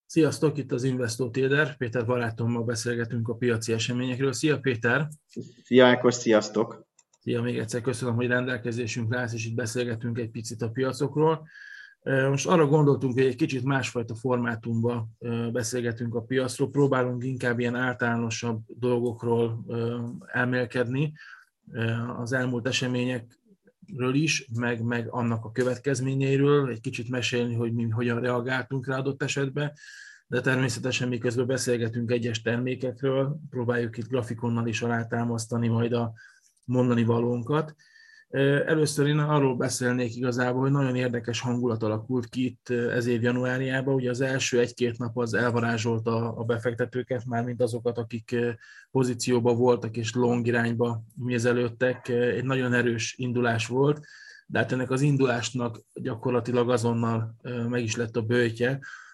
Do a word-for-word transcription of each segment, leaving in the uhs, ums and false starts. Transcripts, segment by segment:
Sziasztok, itt az Investor Trader. Péter barátommal beszélgetünk a piaci eseményekről. Szia Péter! Szia Ákos, sziasztok! Szia, még egyszer köszönöm, hogy rendelkezésünkre állsz, és itt beszélgetünk egy picit a piacokról. Most arra gondoltunk, hogy egy kicsit másfajta formátumban beszélgetünk a piacról, próbálunk inkább ilyen általánosabb dolgokról elmélkedni, az elmúlt eseményekről is, meg, meg annak a következményeiről, egy kicsit mesélni, hogy mi hogyan reagáltunk rá adott esetben, de természetesen miközben beszélgetünk egyes termékekről, próbáljuk itt grafikonnal is alátámasztani majd a mondani valónkat. Először én arról beszélnék igazából, hogy nagyon érdekes hangulat alakult ki itt ez év januárjában. Ugye az első egy-két nap az elvarázsolta a befektetőket, mármint azokat, akik pozícióban voltak és long irányba mézelődtek. Egy nagyon erős indulás volt, de hát ennek az indulásnak gyakorlatilag azonnal meg is lett a böjtje,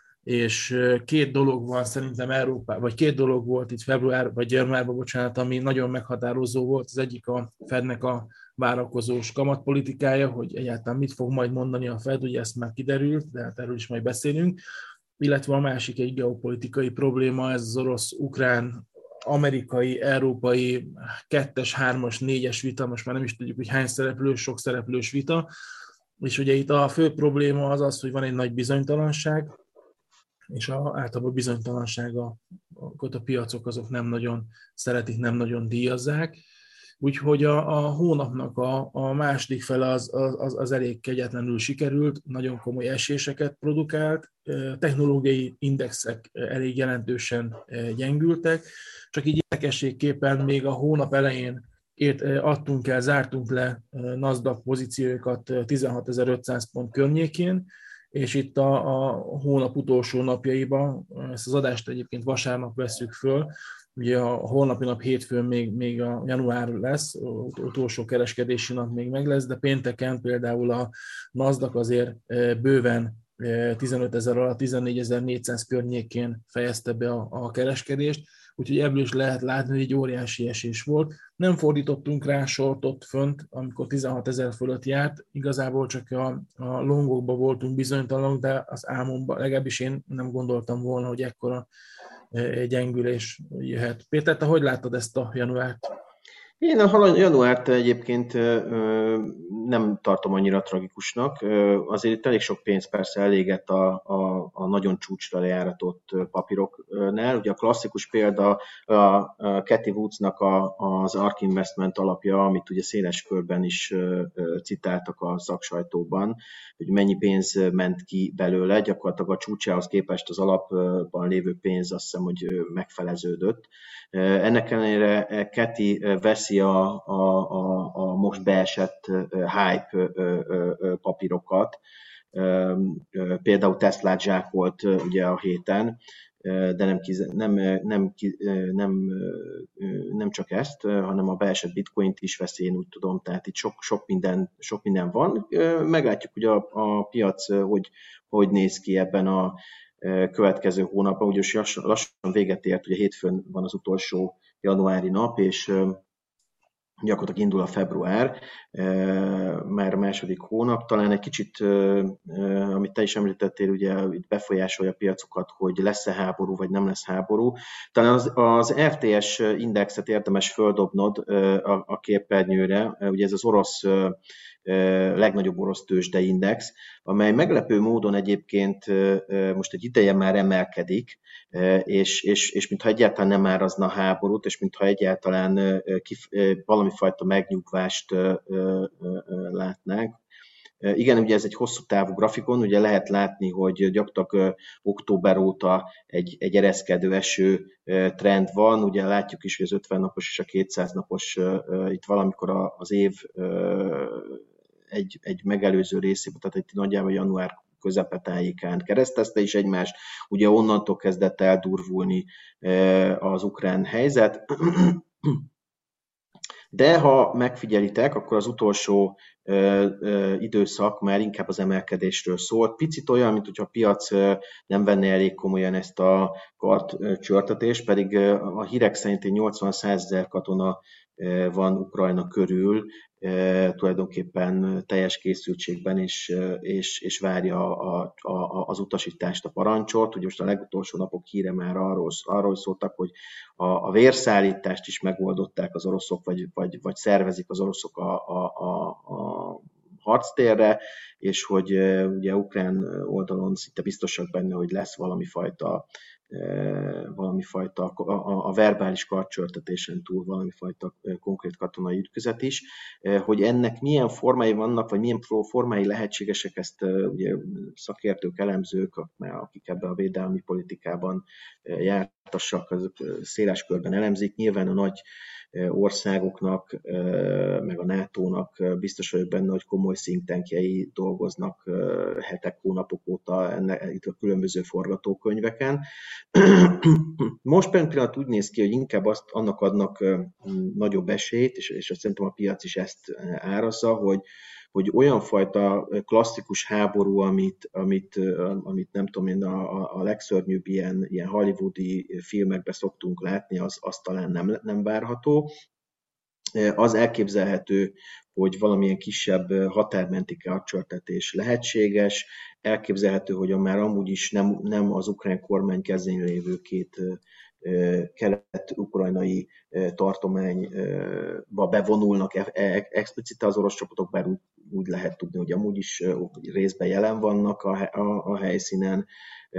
és két dolog van szerintem Európában, vagy két dolog volt itt február, vagy januárban, bocsánat, ami nagyon meghatározó volt. Az egyik a Fednek a várakozós kamatpolitikája, hogy egyáltalán mit fog majd mondani a Fed, ugye ezt már kiderült, de hát erről is majd beszélünk, illetve a másik egy geopolitikai probléma, ez az orosz-ukrán, amerikai, európai, kettes, hármas, négyes vita, most már nem is tudjuk, hogy hány szereplős, sok szereplős vita, és ugye itt a fő probléma az az, hogy van egy nagy bizonytalanság, és a, általában bizonytalansága, a piacok azok nem nagyon szeretik, nem nagyon díjazzák. Úgyhogy a, a hónapnak a, a második fele az, az, az elég kegyetlenül sikerült, nagyon komoly eséseket produkált, technológiai indexek elég jelentősen gyengültek, csak így érdekességképpen még a hónap elején ért, adtunk el, zártunk le NASDAQ pozíciókat tizenhatezer-ötszáz pont környékén, és itt a, a hónap utolsó napjaiban, ezt az adást egyébként vasárnap vesszük föl, ugye a holnapi nap hétfőn még, még a január lesz, utolsó kereskedési nap még meg lesz, de pénteken például a NASDAQ azért bőven tizenötezer alatt, tizennégyezer-négyszáz környékén fejezte be a, a kereskedést, úgyhogy ebből is lehet látni, hogy egy óriási esés volt. Nem fordítottunk rá sortot fönt, amikor tizenhatezer fölött járt, igazából csak a, a longokban voltunk bizonytalanok, de az álmomban, legalábbis én nem gondoltam volna, hogy ekkora gyengülés jöhet. Péter, te hogy láttad ezt a januárt? Én a januárt egyébként nem tartom annyira tragikusnak. Azért itt elég sok pénz persze elégett a, a, a nagyon csúcsra lejáratott papíroknál. Ugye a klasszikus példa a Cathie Woodsnak a, az ARK Investment alapja, amit ugye széles körben is citáltak a szaksajtóban, hogy mennyi pénz ment ki belőle. Gyakorlatilag a csúcsához képest az alapban lévő pénz azt hiszem, hogy megfeleződött. Ennek ellenére Cathie veszi a, a, a, a most beesett hype papírokat, például Teslát zsákolt ugye a héten, de nem, nem, nem, nem, nem csak ezt, hanem a beesett bitcoint is veszi, én úgy tudom, tehát itt sok, sok, minden, sok minden van. Meglátjuk, hogy a, a piac hogy, hogy néz ki ebben a következő hónapban, ugye lassan véget ért, ugye hétfőn van az utolsó januári nap, és gyakorlatilag indul a február, már a második hónap. Talán egy kicsit, amit te is említettél, ugye itt befolyásolja a piacokat, hogy lesz-e háború, vagy nem lesz háború. Talán az, az er té es indexet érdemes földobnod a, a képernyőre, ugye ez az orosz legnagyobb orosz tőzsdeindex, amely meglepő módon egyébként most egy ideje már emelkedik, és, és, és mintha egyáltalán nem árazna háborút, és mintha egyáltalán kif, valami fajta megnyugvást látnánk. Igen, ugye ez egy hosszú távú grafikon, ugye lehet látni, hogy gyakorlatilag október óta egy, egy ereszkedő eső trend van, ugye látjuk is, hogy az ötven napos és a kétszáz napos itt valamikor az év egy, egy megelőző részében, tehát egy nagyjából január közepetájékán keresztezte is egymást, ugye onnantól kezdett eldurvulni az ukrán helyzet. De ha megfigyelitek, akkor az utolsó ö, ö, időszak már inkább az emelkedésről szólt. Picit olyan, mint hogyha a piac ö, nem venné elég komolyan ezt a kartcsörtetést, pedig ö, a hírek szerint nyolcvan-százezer katona ö, van Ukrajna körül, tulajdonképpen teljes készültségben, és, és, és várja a, a, az utasítást, a parancsot. Ugye most a legutolsó napok híre már arról, arról szóltak, hogy a, a vérszállítást is megoldották az oroszok, vagy, vagy, vagy szervezik az oroszok a, a, a, a harctérre, és hogy ugye ukrán oldalon szinte biztosak benne, hogy lesz valami fajta valami fajta, a, a verbális karcsörtetésen túl valami fajta konkrét katonai ütközet is. Hogy ennek milyen formái vannak, vagy milyen formái lehetségesek, ezt ugye szakértők, elemzők, akik ebben a védelmi politikában jártassak, azok széles körben elemzik. Nyilván a nagy országoknak, meg a nátónak biztos vagyok benne, hogy komoly think tankjei dolgoznak hetek, hónapok óta ennek, itt a különböző forgatókönyveken. Most pillanat úgy néz ki, hogy inkább azt, annak adnak nagyobb esélyt, és, és azt szerintem a piac is ezt árazza, hogy, hogy olyan fajta klasszikus háború, amit, amit, amit nem tudom én, a, a legszörnyűbb ilyen, ilyen hollywoodi filmekben szoktunk látni, az, az talán nem, nem várható. Az elképzelhető, hogy valamilyen kisebb határmenti karcsörtetés lehetséges, elképzelhető, hogy a már amúgy is nem, nem az ukrán kormány kezén lévő két kelet-ukrajnai tartományba bevonulnak explicite az orosz csapatok, bár úgy, úgy lehet tudni, hogy amúgy is részben jelen vannak a, a, a helyszínen,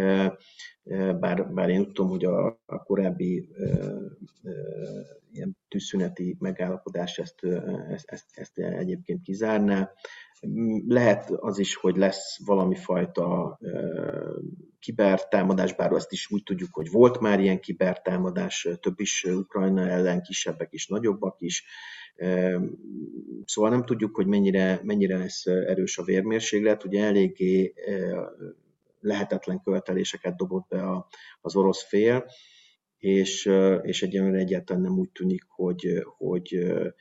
bár, bár én tudom, hogy a, a korábbi e, e, ilyen tűzszüneti megállapodás ezt, ezt, ezt, ezt egyébként kizárná. Lehet az is, hogy lesz valami fajta e, kibertámadás, bár azt is úgy tudjuk, hogy volt már ilyen kibertámadás, több is Ukrajna ellen, kisebbek is, nagyobbak is. E, szóval nem tudjuk, hogy mennyire, mennyire lesz erős a vérmérséklet. Ugye eléggé e, lehetetlen követeléseket dobott be az orosz fél, és, és egyenlőre egyáltalán nem úgy tűnik, hogy, hogy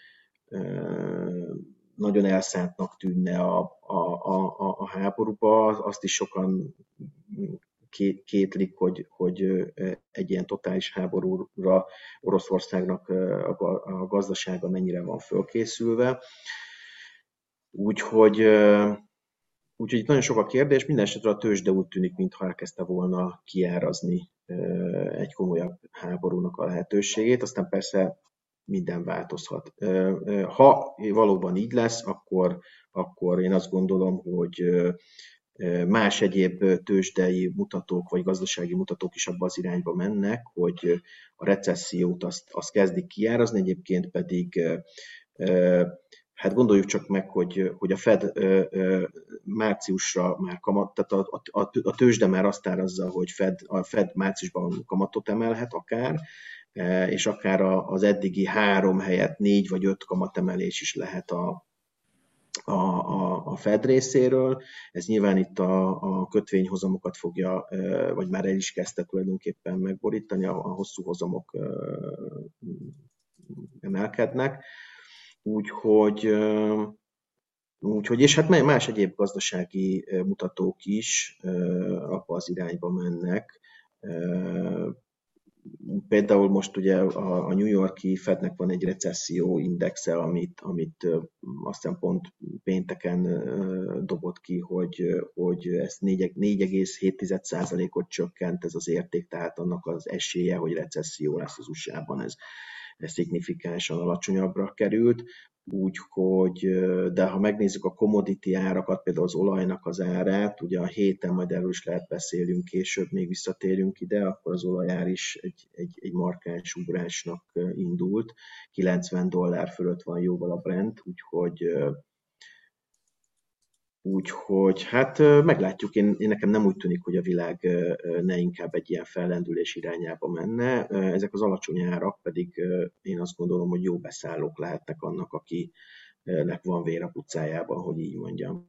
nagyon elszántnak tűnne a, a, a, a háborúba. Azt is sokan kétlik, hogy, hogy egy ilyen totális háborúra Oroszországnak a gazdasága mennyire van fölkészülve. Úgyhogy Úgyhogy itt nagyon sok a kérdés, minden esetre a tőzsde úgy tűnik, mintha elkezdte volna kiárazni egy komolyabb háborúnak a lehetőségét, aztán persze minden változhat. Ha valóban így lesz, akkor, akkor én azt gondolom, hogy más egyéb tőzsdei mutatók vagy gazdasági mutatók is abba az irányba mennek, hogy a recessziót azt, azt kezdik kiárazni, egyébként pedig hát gondoljuk csak meg, hogy, hogy a Fed ö, ö, márciusra már kamat, tehát a, a, a tőzsde már azt árazza, hogy Fed, a Fed márciusban kamatot emelhet akár, és akár az eddigi három helyett négy vagy öt kamatemelés is lehet a, a, a, a Fed részéről. Ez nyilván itt a, a kötvényhozamokat fogja, vagy már el is kezdte tulajdonképpen megborítani, a, a hosszú hozamok emelkednek. Úgyhogy, úgyhogy, és hát más egyéb gazdasági mutatók is abba az irányba mennek. Például most ugye a New York-i Fednek van egy recesszió indexe, amit, amit azt hiszem pont pénteken dobott ki, hogy, hogy ez négy egész hét százalékot csökkent ez az érték, tehát annak az esélye, hogy recesszió lesz az u es á-ban, ez ez szignifikánsan alacsonyabbra került, úgyhogy, de ha megnézzük a commodity árakat, például az olajnak az árát, ugye a héten majd erről is lehet beszélünk, később még visszatérünk ide, akkor az olajár is egy, egy, egy markáns ugrásnak indult, kilencven dollár fölött van jóval a Brent, úgyhogy Úgyhogy hát meglátjuk, én, én nekem nem úgy tűnik, hogy a világ ne inkább egy ilyen fellendülés irányába menne. Ezek az alacsony árak pedig én azt gondolom, hogy jó beszállók lehetnek annak, akinek van vér a puccájában, hogy így mondjam.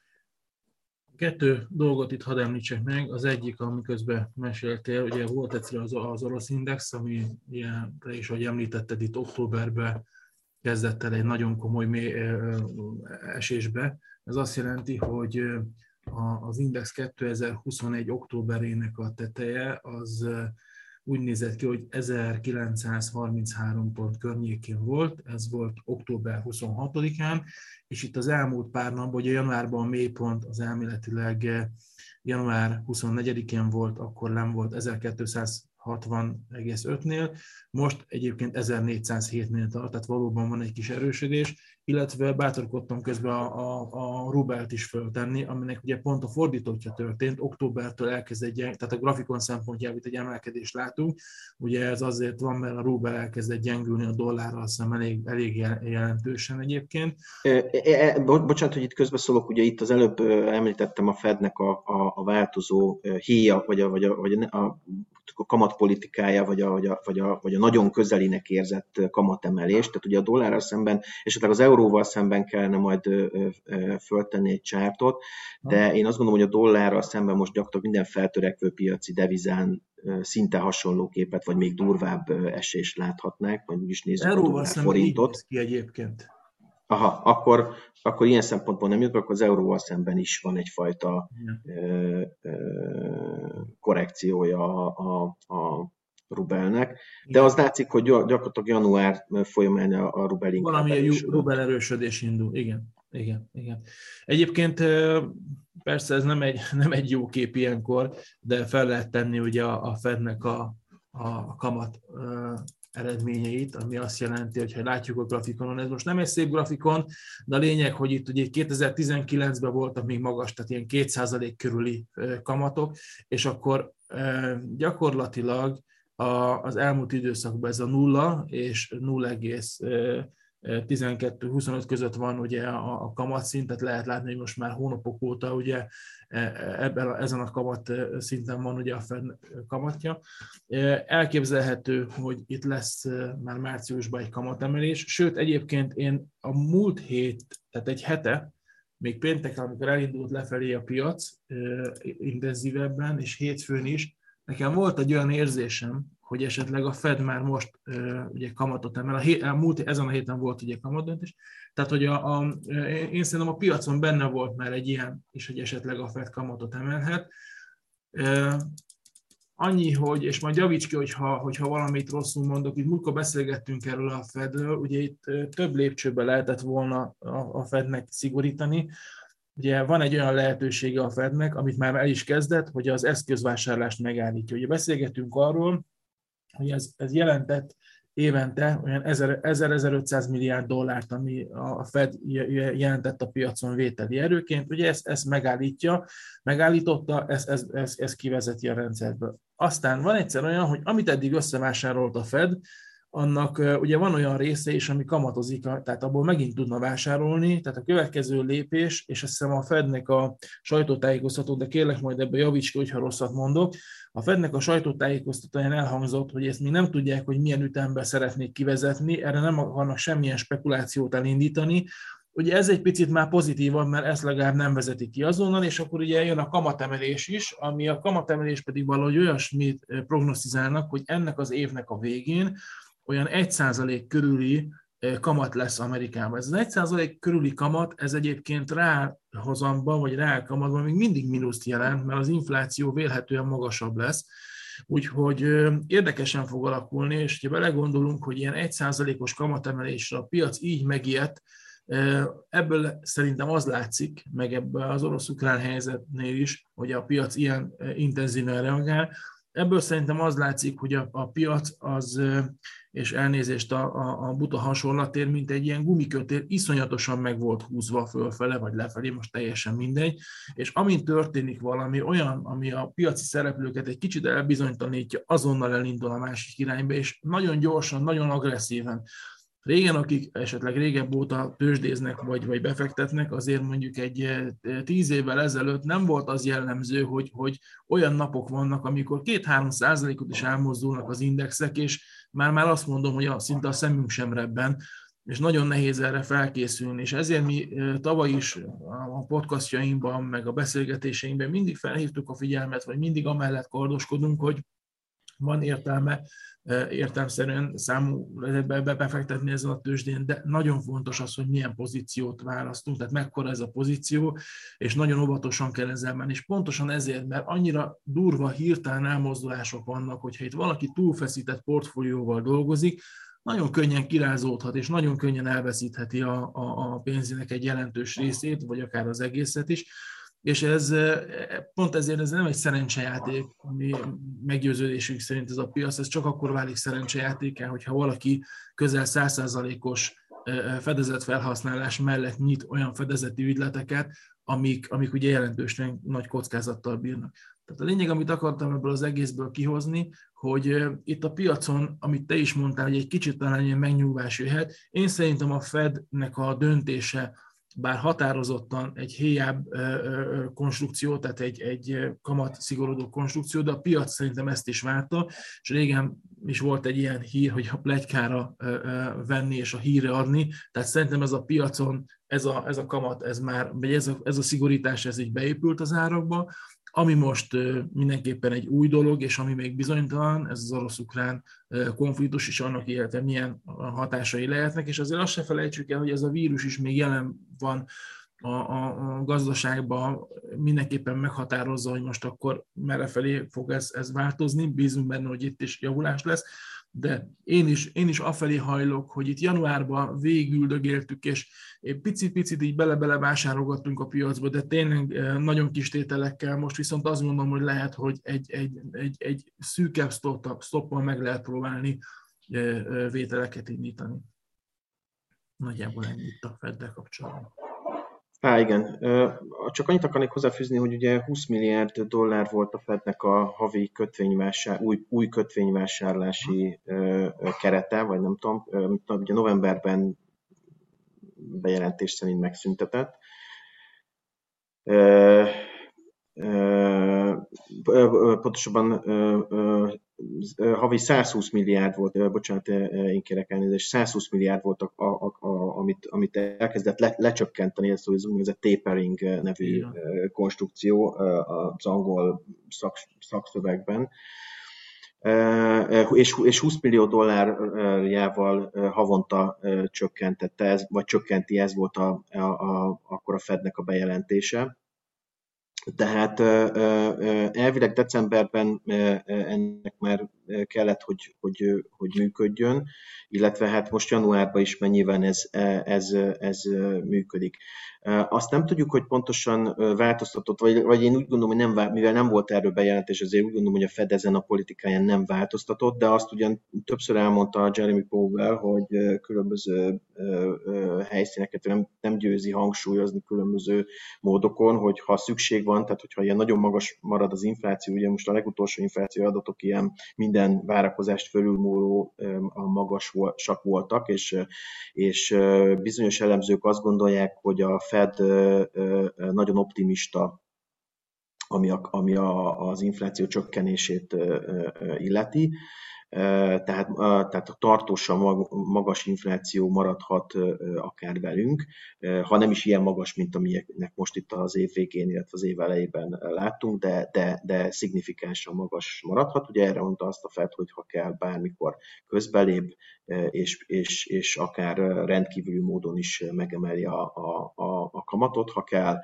Kettő dolgot itt hadd említsek meg. Az egyik, amiközben meséltél, ugye volt egyszer az, az orosz index, ami ilyen, te is, ahogy említetted, itt októberben kezdett el egy nagyon komoly mély esésbe. Ez azt jelenti, hogy az Index kétezer-huszonegy októberének a teteje az úgy nézett ki, hogy ezerkilencszázharminchárom pont környékén volt, ez volt október huszonhatodikán, és itt az elmúlt pár napban, ugye januárban a mélypont az elméletileg január huszonnegyedikén volt, akkor nem volt ezerkétszázhatvan egész ötnél, most egyébként ezernégyszázhétnél tart, tehát valóban van egy kis erősödés, illetve bátorkodtam közben a, a, a rubelt is föltenni, aminek ugye pont a fordítottja történt, októbertől elkezd egy, tehát a grafikon szempontjából egy emelkedést látunk, ugye ez azért van, mert a rubel elkezdett gyengülni a dollárral szemben elég, elég jelentősen egyébként. E, e, bocsánat, hogy itt közbeszólok, ugye itt az előbb említettem a Fednek a, a, a változó híja, vagy a, vagy a, vagy a, a kamatpolitikája, vagy a, vagy, a, vagy, a, vagy a nagyon közelinek érzett kamatemelést, tehát ugye a dollárral szemben, esetleg az euróval szemben kellene majd föltenni egy csártot, de én azt gondolom, hogy a dollárral szemben most gyakorlatilag minden feltörekvő piaci devizán szinte hasonló képet, vagy még durvább esést láthatnák, vagy úgyis nézzük euróval a dollár forintot. Ki egyébként. Aha, akkor, akkor ilyen szempontból nem jut, akkor az euróval szemben is van egyfajta ö, ö, korrekciója a, a, a rubelnek, de az látszik, hogy gyakorlatilag január folyamán a, a rubel inkább valami erősödött. Rubel erősödés indul, igen. Igen, igen. Egyébként persze ez nem egy, nem egy jó kép ilyenkor, de fel lehet tenni ugye a, a Fednek a, a kamat eredményeit, ami azt jelenti, hogy ha látjuk a grafikonon, ez most nem egy szép grafikon, de a lényeg, hogy itt ugye kétezer-tizenkilencben voltak még magas, tehát ilyen két százalék körüli kamatok, és akkor gyakorlatilag az elmúlt időszakban ez a nulla és nulla egész tizenkettő huszonöt között van ugye a, a kamatszint, tehát lehet látni, hogy most már hónapok óta ugye ebben a, ezen a kamat szinten van ugye a Fed kamatja. Elképzelhető, hogy itt lesz már márciusban egy kamatemelés, sőt egyébként én a múlt hét, tehát egy hete, még pénteken, amikor elindult lefelé a piac intenzívebben, és hétfőn is, nekem volt egy olyan érzésem, hogy esetleg a Fed már most uh, ugye kamatot emel. A, hé, a múlt, ezen a héten volt ugye kamatdöntés. Tehát, hogy a, a, én szerintem a piacon benne volt már egy ilyen, és hogy esetleg a Fed kamatot emelhet. Uh, annyi, hogy, és majd javíts ki, hogyha, hogyha valamit rosszul mondok, itt múltkor beszélgettünk erről a Fedről, ugye itt több lépcsőben lehetett volna a, a Fednek szigorítani. Ugye van egy olyan lehetősége a Fednek, amit már el is kezdett, hogy az eszközvásárlást megállítja. Ugye beszélgettünk arról, hogy ez, ez jelentett évente olyan ezer-ezerötszáz milliárd dollárt, ami a Fed jelentett a piacon vételi erőként. Ugye ezt, ezt megállítja, megállította, ezt, ezt, ezt, ezt kivezeti a rendszerből. Aztán van egyszer olyan, hogy amit eddig összevásárolt a Fed, annak ugye van olyan része is, ami kamatozik, tehát abból megint tudna vásárolni, tehát a következő lépés, és azt hiszem a Fednek a sajtótájékoztató, de kérlek majd ebbe javíts ki, hogyha rosszat mondok, a Fednek a sajtótájékoztatóján elhangzott, hogy ezt még nem tudják, hogy milyen ütemben szeretnék kivezetni, erre nem akarnak semmilyen spekulációt elindítani. Ugye ez egy picit már pozitívabb, mert ezt legalább nem vezetik ki azonnal, és akkor ugye jön a kamatemelés is, ami a kamatemelés pedig valahogy olyasmit prognosztizálnak, hogy ennek az évnek a végén olyan egy százalék körüli kamat lesz Amerikában. Ez az egy százalék körüli kamat, ez egyébként ráhozamban, vagy rákamatban még mindig mínuszt jelent, mert az infláció vélhetően magasabb lesz. Úgyhogy érdekesen fog alakulni, és ha belegondolunk, hogy ilyen egy százalékos kamatemelésre a piac így megijedt, ebből szerintem az látszik, meg ebben az orosz-ukrán helyzetnél is, hogy a piac ilyen intenzíven reagál. Ebből szerintem az látszik, hogy a, a piac az, és elnézést a, a, a buta hasonlatért, mint egy ilyen gumikötél, iszonyatosan meg volt húzva fölfele, vagy lefelé, most teljesen mindegy, és amint történik valami olyan, ami a piaci szereplőket egy kicsit elbizonytalanítja, azonnal elindul a másik irányba, és nagyon gyorsan, nagyon agresszíven. Régen, akik esetleg régebb óta tőzsdéznek vagy, vagy befektetnek, azért mondjuk egy tíz évvel ezelőtt nem volt az jellemző, hogy, hogy olyan napok vannak, amikor két-három százalékot is elmozdulnak az indexek, és már-már azt mondom, hogy a, szinte a szemünk sem rebben, és nagyon nehéz erre felkészülni, és ezért mi tavaly is a podcastjainkban, meg a beszélgetéseinkben mindig felhívtuk a figyelmet, vagy mindig amellett kardoskodunk, hogy van értelme értelmszerűen számú befektetni ezen a tőzsdén, de nagyon fontos az, hogy milyen pozíciót választunk, tehát mekkora ez a pozíció, és nagyon óvatosan kell ezzel menni. És pontosan ezért, mert annyira durva, hirtelen elmozdulások vannak, hogyha itt valaki túlfeszített portfólióval dolgozik, nagyon könnyen kirázódhat, és nagyon könnyen elveszítheti a, a, a pénzének egy jelentős részét, vagy akár az egészet is. És ez pont ezért ez nem egy szerencsejáték, ami meggyőződésünk szerint ez a piac, ez csak akkor válik szerencsejátéká, hogyha valaki közel száz százalékos fedezet felhasználás mellett nyit olyan fedezeti ügyleteket, amik, amik ugye jelentősen nagy kockázattal bírnak. Tehát a lényeg, amit akartam ebből az egészből kihozni, hogy itt a piacon, amit te is mondtál, hogy egy kicsit talán ilyen megnyugvás jöhet, én szerintem a Fednek a döntése, bár határozottan egy héjább konstrukció, tehát egy, egy kamat szigorodó konstrukció, de a piac szerintem ezt is várta, és régen is volt egy ilyen hír, hogy a pletykára venni és a hírre adni, tehát szerintem ez a piacon, ez a, ez a kamat, ez már, vagy ez a, ez a szigorítás, ez így beépült az árakba, ami most mindenképpen egy új dolog, és ami még bizonytalan, ez az orosz-ukrán konfliktus is, annak illetve milyen hatásai lehetnek, és azért azt se felejtsük el, hogy ez a vírus is még jelen van a, a, a gazdaságban, mindenképpen meghatározza, hogy most akkor merrefelé fog ez, ez változni, bízunk benne, hogy itt is javulás lesz, de én is, én is afelé hajlok, hogy itt januárban végigüldögéltük, és picit-picit így bele-bele vásárolgattunk a piacba, de tényleg nagyon kis tételekkel, most viszont azt gondolom, hogy lehet, hogy egy, egy, egy, egy szűkebb stoppal meg lehet próbálni vételeket indítani. Nagyjából ennyit a Feddel kapcsolatban. Á, igen. Csak annyit akarnék hozzáfűzni, hogy ugye húsz milliárd dollár volt a Fednek a havi kötvényvásár, új, új kötvényvásárlási kerete, vagy nem tudom, ugye novemberben bejelentés szerint megszüntetett. Pontosabban havi százhúsz milliárd volt, bocsánat, én kérek elnézést, százhúsz milliárd volt, a, a, a, amit, amit elkezdett le, lecsökkenteni, ez az úgynevezett tapering nevű igen. konstrukció az angol szak, szakszövegben. És, és húsz millió dollárjával havonta csökkentette ez, vagy csökkenti, ez volt a, a, a, akkor a Fednek a bejelentése. Tehát elvileg decemberben ennek már kellett, hogy, hogy, hogy működjön, illetve hát most januárban is mennyiben ez, ez, ez működik. Azt nem tudjuk, hogy pontosan változtatott, vagy, vagy én úgy gondolom, hogy nem, mivel nem volt erről bejelentés, azért úgy gondolom, hogy a Fed ezen a politikáján nem változtatott, de azt ugyan többször elmondta Jeremy Powell, hogy különböző helyszíneket nem, nem győzi hangsúlyozni különböző módokon, hogy ha szükség van, tehát hogyha ilyen nagyon magas marad az infláció, ugye most a legutolsó infláció adatok ilyen minden várakozást fölülmúló a magasak voltak, és, és bizonyos elemzők azt gondolják, hogy a Fed nagyon optimista, ami, a, ami a, az infláció csökkenését illeti. Tehát, tehát a tartósan magas infláció maradhat akár velünk, ha nem is ilyen magas, mint amilyenek most itt az év végén, illetve az év elejében láttunk, de, de, de szignifikánsan magas maradhat. Ugye erre mondta azt a Fed, hogy ha kell, bármikor közbelép, és, és, és akár rendkívüli módon is megemeli a, a, a, a kamatot, ha kell.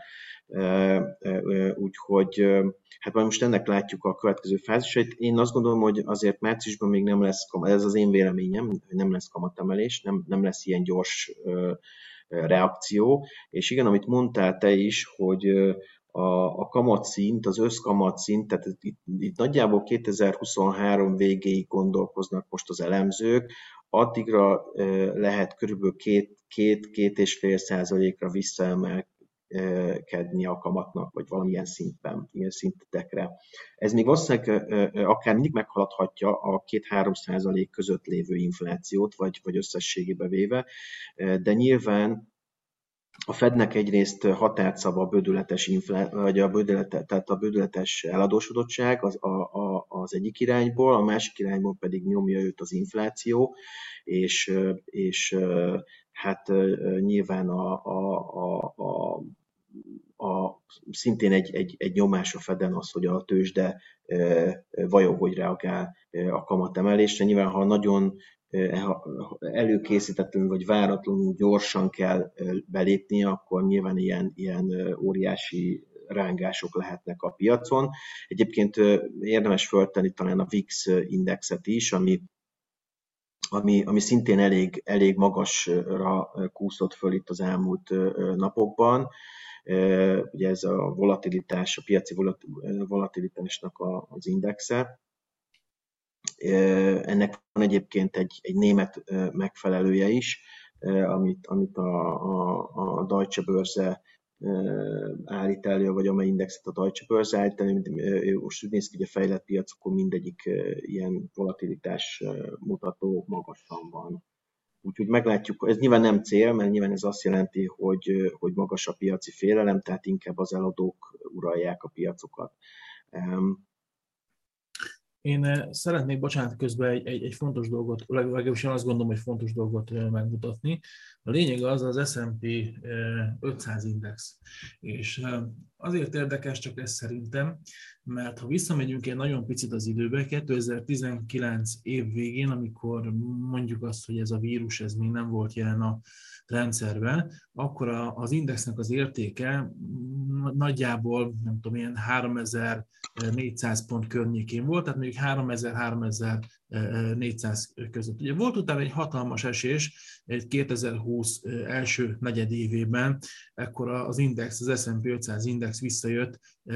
Úgyhogy hát majd most ennek látjuk a következő fázisait. Én azt gondolom, hogy azért márciusban még nem lesz, ez az én véleményem, hogy nem lesz kamatemelés, nem, nem lesz ilyen gyors reakció. És igen, amit mondtál te is, hogy a, a kamatszint, az összkamatszint, tehát itt, itt nagyjából kétezer-huszonhárom végéig gondolkoznak most az elemzők, addigra lehet körülbelül két, két, két és fél százalékra visszaemelkedni a kamatnak, vagy valamilyen szinten, ilyen szintekre. Ez még valószínűleg akár mindig meghaladhatja a két-három százalék között lévő inflációt, vagy, vagy összességébe véve, de nyilván a Fednek egyrészt határt szab a bődületes, inflá... vagy a bődülete, tehát a bődületes eladósodottság az, a, a, az egyik irányból, a másik irányból pedig nyomja őt az infláció, és, és hát nyilván a, a, a, a a, szintén egy, egy, egy nyomás a Feden az, hogy a tőzsde vajon hogy reagál a kamatemelésre. Nyilván, ha nagyon előkészítetlenül vagy váratlanul gyorsan kell belépni, akkor nyilván ilyen, ilyen óriási rángások lehetnek a piacon. Egyébként érdemes föltenni talán a vé i iksz indexet is, ami, ami, ami szintén elég, elég magasra kúszott föl itt az elmúlt napokban. Ugye ez a volatilitás, a piaci volatilitásnak az indexe. Ennek van egyébként egy, egy német megfelelője is, amit, amit a, a, a Deutsche Börse állít elő, vagy amely indexet a Deutsche Börse állít elő. Most úgy néz ki, hogy a fejlett piacokon mindegyik ilyen volatilitás mutató magasan van. Úgyhogy meglátjuk, ez nyilván nem cél, mert nyilván ez azt jelenti, hogy, hogy magas a piaci félelem, tehát inkább az eladók uralják a piacokat. Én szeretnék, bocsánat, közben egy, egy, egy fontos dolgot, legalábbis én azt gondolom, hogy fontos dolgot megmutatni. A lényeg az az es and pé ötszáz index. És azért érdekes csak ez szerintem, mert ha visszamegyünk egy nagyon picit az időbe, kétezer-tizenkilenc év végén, amikor mondjuk azt, hogy ez a vírus ez még nem volt jelen a rendszerben, akkor az indexnek az értéke nagyjából, nem tudom, ilyen háromezer-négyszáz pont környékén volt, tehát mondjuk háromezer-háromezer-négyszáz között. Ugye volt utána egy hatalmas esés, egy kétezer-húsz első negyedévében, ekkor az index, az es and pé ötszáz index visszajött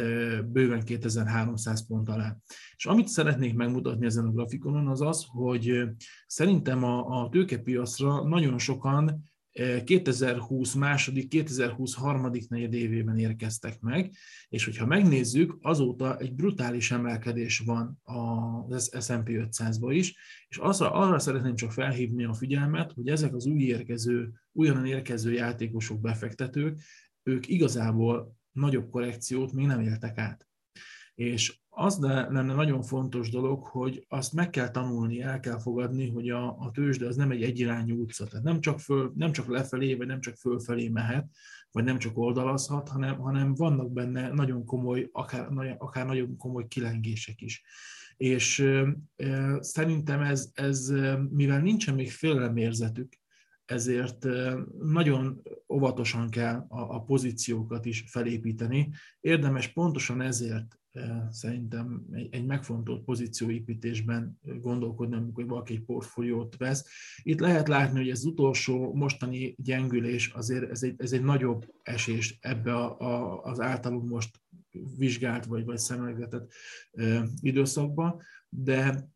bőven kétezer-háromszáz pont alá. És amit szeretnék megmutatni ezen a grafikonon, az az, hogy szerintem a, a tőkepiacra nagyon sokan kétezer-húsz második, kétezer-húsz harmadik negyedévében érkeztek meg, és hogyha megnézzük, azóta egy brutális emelkedés van az es and pé ötszázba is, és arra, arra szeretném csak felhívni a figyelmet, hogy ezek az új érkező, újonnan érkező játékosok, befektetők, ők igazából nagyobb korrekciót még nem éltek át. És az lenne nagyon fontos dolog, hogy azt meg kell tanulni, el kell fogadni, hogy a, a tőzsde az nem egy egyirányú utca, tehát nem csak, föl, nem csak lefelé, vagy nem csak fölfelé mehet, vagy nem csak oldalazhat, hanem, hanem vannak benne nagyon komoly, akár, akár nagyon komoly kilengések is. És e, szerintem ez, ez, mivel nincsen még félelemérzetük, ezért nagyon óvatosan kell a, a pozíciókat is felépíteni. Érdemes pontosan ezért szerintem egy, egy megfontolt pozícióépítésben gondolkodni, amikor valaki egy portfóliót vesz. Itt lehet látni, hogy ez utolsó mostani gyengülés azért ez egy, ez egy nagyobb esés ebbe a, a, az általunk most vizsgált vagy, vagy szemléletett időszakba, de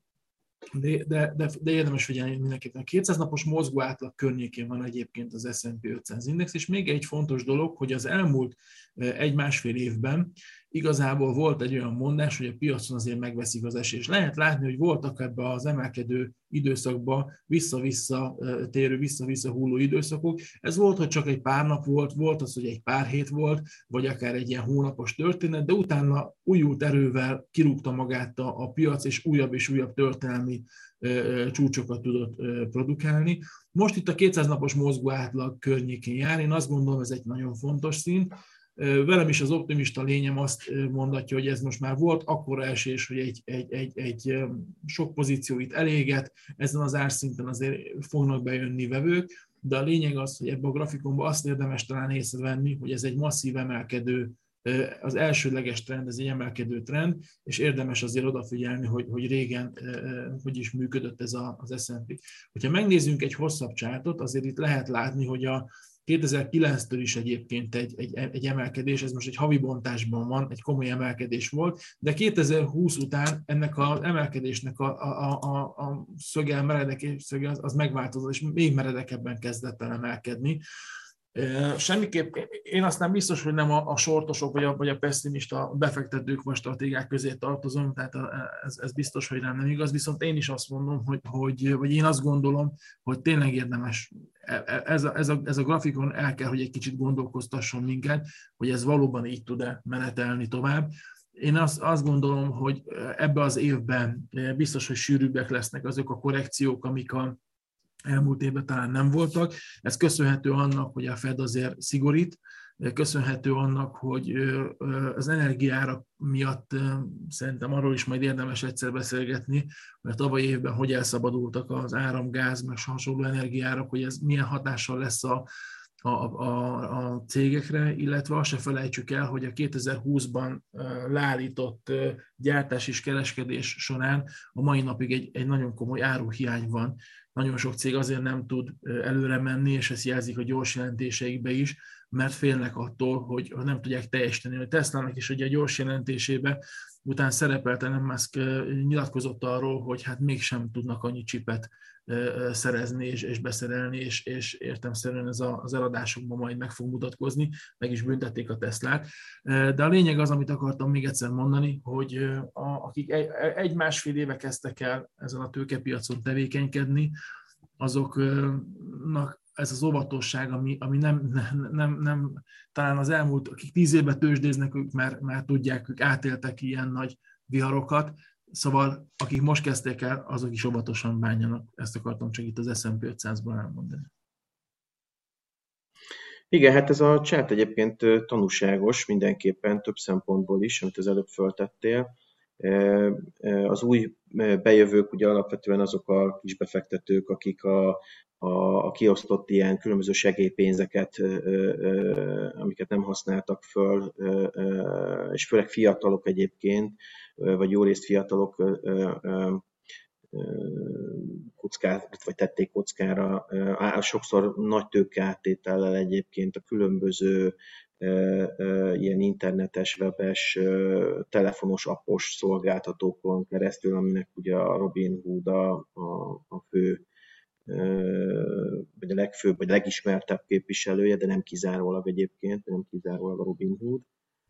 De, de, de, de érdemes figyelni mindenképpen. A kétszáz napos mozgó átlag környékén van egyébként az es and pé ötszáz index, és még egy fontos dolog, hogy az elmúlt egy-másfél évben igazából volt egy olyan mondás, hogy a piacon azért megveszik az esés. Lehet látni, hogy voltak ebbe az emelkedő időszakban vissza-vissza térő, vissza-vissza hulló időszakok. Ez volt, hogy csak egy pár nap volt, volt az, hogy egy pár hét volt, vagy akár egy ilyen hónapos történet, de utána újult erővel kirúgta magát a, a piac, és újabb és újabb történelmi csúcsokat tudott produkálni. Most itt a kétszáz napos mozgó átlag környékén jár, én azt gondolom, ez egy nagyon fontos szint. Velem is az optimista lényem azt mondatja, hogy ez most már volt akkora esés, hogy egy, egy, egy, egy sok pozíció itt eléget, ezen az árszinten azért fognak bejönni vevők, de a lényeg az, hogy ebben a grafikonban azt érdemes talán észrevenni, hogy ez egy masszív emelkedő, az elsőleges trend, ez egy emelkedő trend, és érdemes azért odafigyelni, hogy, hogy régen hogy is működött ez az es and pé. Hogyha megnézzünk egy hosszabb csártot, azért itt lehet látni, hogy a kétezer-kilenctől is egyébként egy, egy, egy emelkedés, ez most egy havi bontásban van, egy komoly emelkedés volt, de kétezer-húsz után ennek az emelkedésnek a, a, a, a szöge, meredek szöge az, az megváltozott, és még meredekebben kezdett el emelkedni. Semmiképp, én aztán biztos, hogy nem a, a sortosok vagy a, vagy a pessimista befektetők vagy stratégák közé tartozom, tehát ez, ez biztos, hogy nem, nem igaz, viszont én is azt mondom, hogy, hogy vagy én azt gondolom, hogy tényleg érdemes, ez a, ez, a, ez a grafikon el kell, hogy egy kicsit gondolkoztasson minket, hogy ez valóban így tud-e menetelni tovább. Én azt, azt gondolom, hogy ebbe az évben biztos, hogy sűrűbbek lesznek azok a korrekciók, amik a elmúlt évben talán nem voltak. Ez köszönhető annak, hogy a Fed azért szigorít, köszönhető annak, hogy az energiaárak miatt szerintem arról is majd érdemes egyszer beszélgetni, mert tavaly évben hogy elszabadultak az áram, gáz, meg hasonló energiaárak, hogy ez milyen hatással lesz a, a, a, a cégekre, illetve azt se felejtsük el, hogy a kétezer-húszban leállított gyártás és kereskedés során a mai napig egy, egy nagyon komoly áruhiány van. Nagyon sok cég azért nem tud előre menni, és ezt jelzik a gyors jelentéseikbe is, mert félnek attól, hogy nem tudják teljesíteni. A Teslának is ugye a gyors jelentésében után szerepelt, Elon Musk nyilatkozott arról, hogy hát mégsem tudnak annyi csipet szerezni és, és beszerelni, és, és értelemszerűen ez a, az eladásokban majd meg fog mutatkozni, meg is büntették a Teslát. De a lényeg az, amit akartam még egyszer mondani, hogy a, akik egy-másfél éve kezdtek el ezen a tőkepiacon tevékenykedni, azoknak ez az óvatosság, ami, ami nem, nem, nem, nem, talán az elmúlt, akik tíz évben tőzsdéznek, ők már, már tudják, ők átéltek ilyen nagy viharokat, szóval akik most kezdték el, azok is óvatosan bánjanak. Ezt akartam csak itt az es and pé ötszázban elmondani. Igen, hát ez a csárt egyébként tanúságos mindenképpen több szempontból is, amit az előbb föltettél. Az új bejövők ugye alapvetően azok a kisbefektetők, akik a, a, a kiosztott ilyen különböző segélypénzeket, amiket nem használtak föl, és főleg fiatalok egyébként, vagy jó részt fiatalok kockát, vagy tették kockára, sokszor nagy tőkeáttétellel egyébként a különböző ilyen internetes, webes, telefonos, appos szolgáltatókon keresztül, aminek ugye a Robinhood a, a, a fő, vagy a legfőbb, vagy legismertebb képviselője, de nem kizárólag egyébként, nem kizárólag a Robinhood.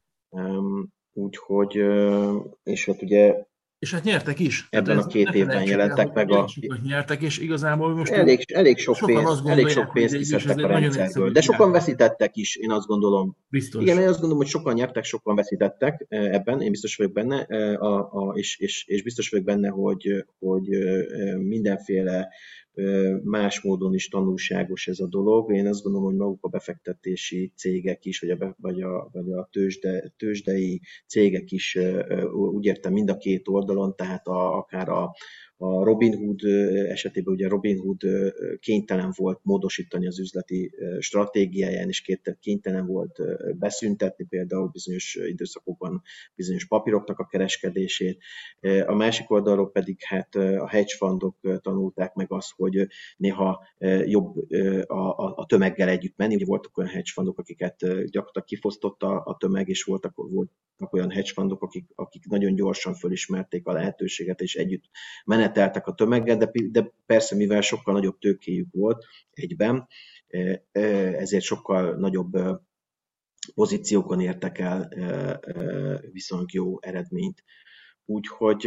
Úgyhogy, és hát ugye És hát nyertek is. Ebben a két évben jelentek meg a... Nyertek, és igazából most... Elég, elég sok pénzt, elég sok pénzt kiszedtek a rendszerből. De sokan veszítettek is, én azt gondolom. Biztos. Igen, én azt gondolom, hogy sokan nyertek, sokan veszítettek ebben, én biztos vagyok benne, a, a, és, és, és biztos vagyok benne, hogy, hogy mindenféle más módon is tanulságos ez a dolog. Én azt gondolom, hogy maguk a befektetési cégek is, vagy a, vagy a, vagy a tőzsde, tőzsdei cégek is, úgy értem, mind a két oldalon, tehát a, akár a, a Robinhood esetében ugye Robinhood kénytelen volt módosítani az üzleti stratégiáján, és kénytelen volt beszüntetni például bizonyos időszakokban bizonyos papíroknak a kereskedését. A másik oldalról pedig hát a hedge fundok tanulták meg azt, hogy néha jobb a, a, a tömeggel együtt menni. Ugye voltak olyan hedge fundok, akiket gyakorlatilag kifosztott a, a tömeg, és voltak, voltak olyan hedge fundok, akik, akik nagyon gyorsan fölismerték a lehetőséget, és együtt meneteltek a tömeggel, de, de persze, mivel sokkal nagyobb tőkéjük volt egyben, ezért sokkal nagyobb pozíciókon értek el viszonylag jó eredményt. Úgyhogy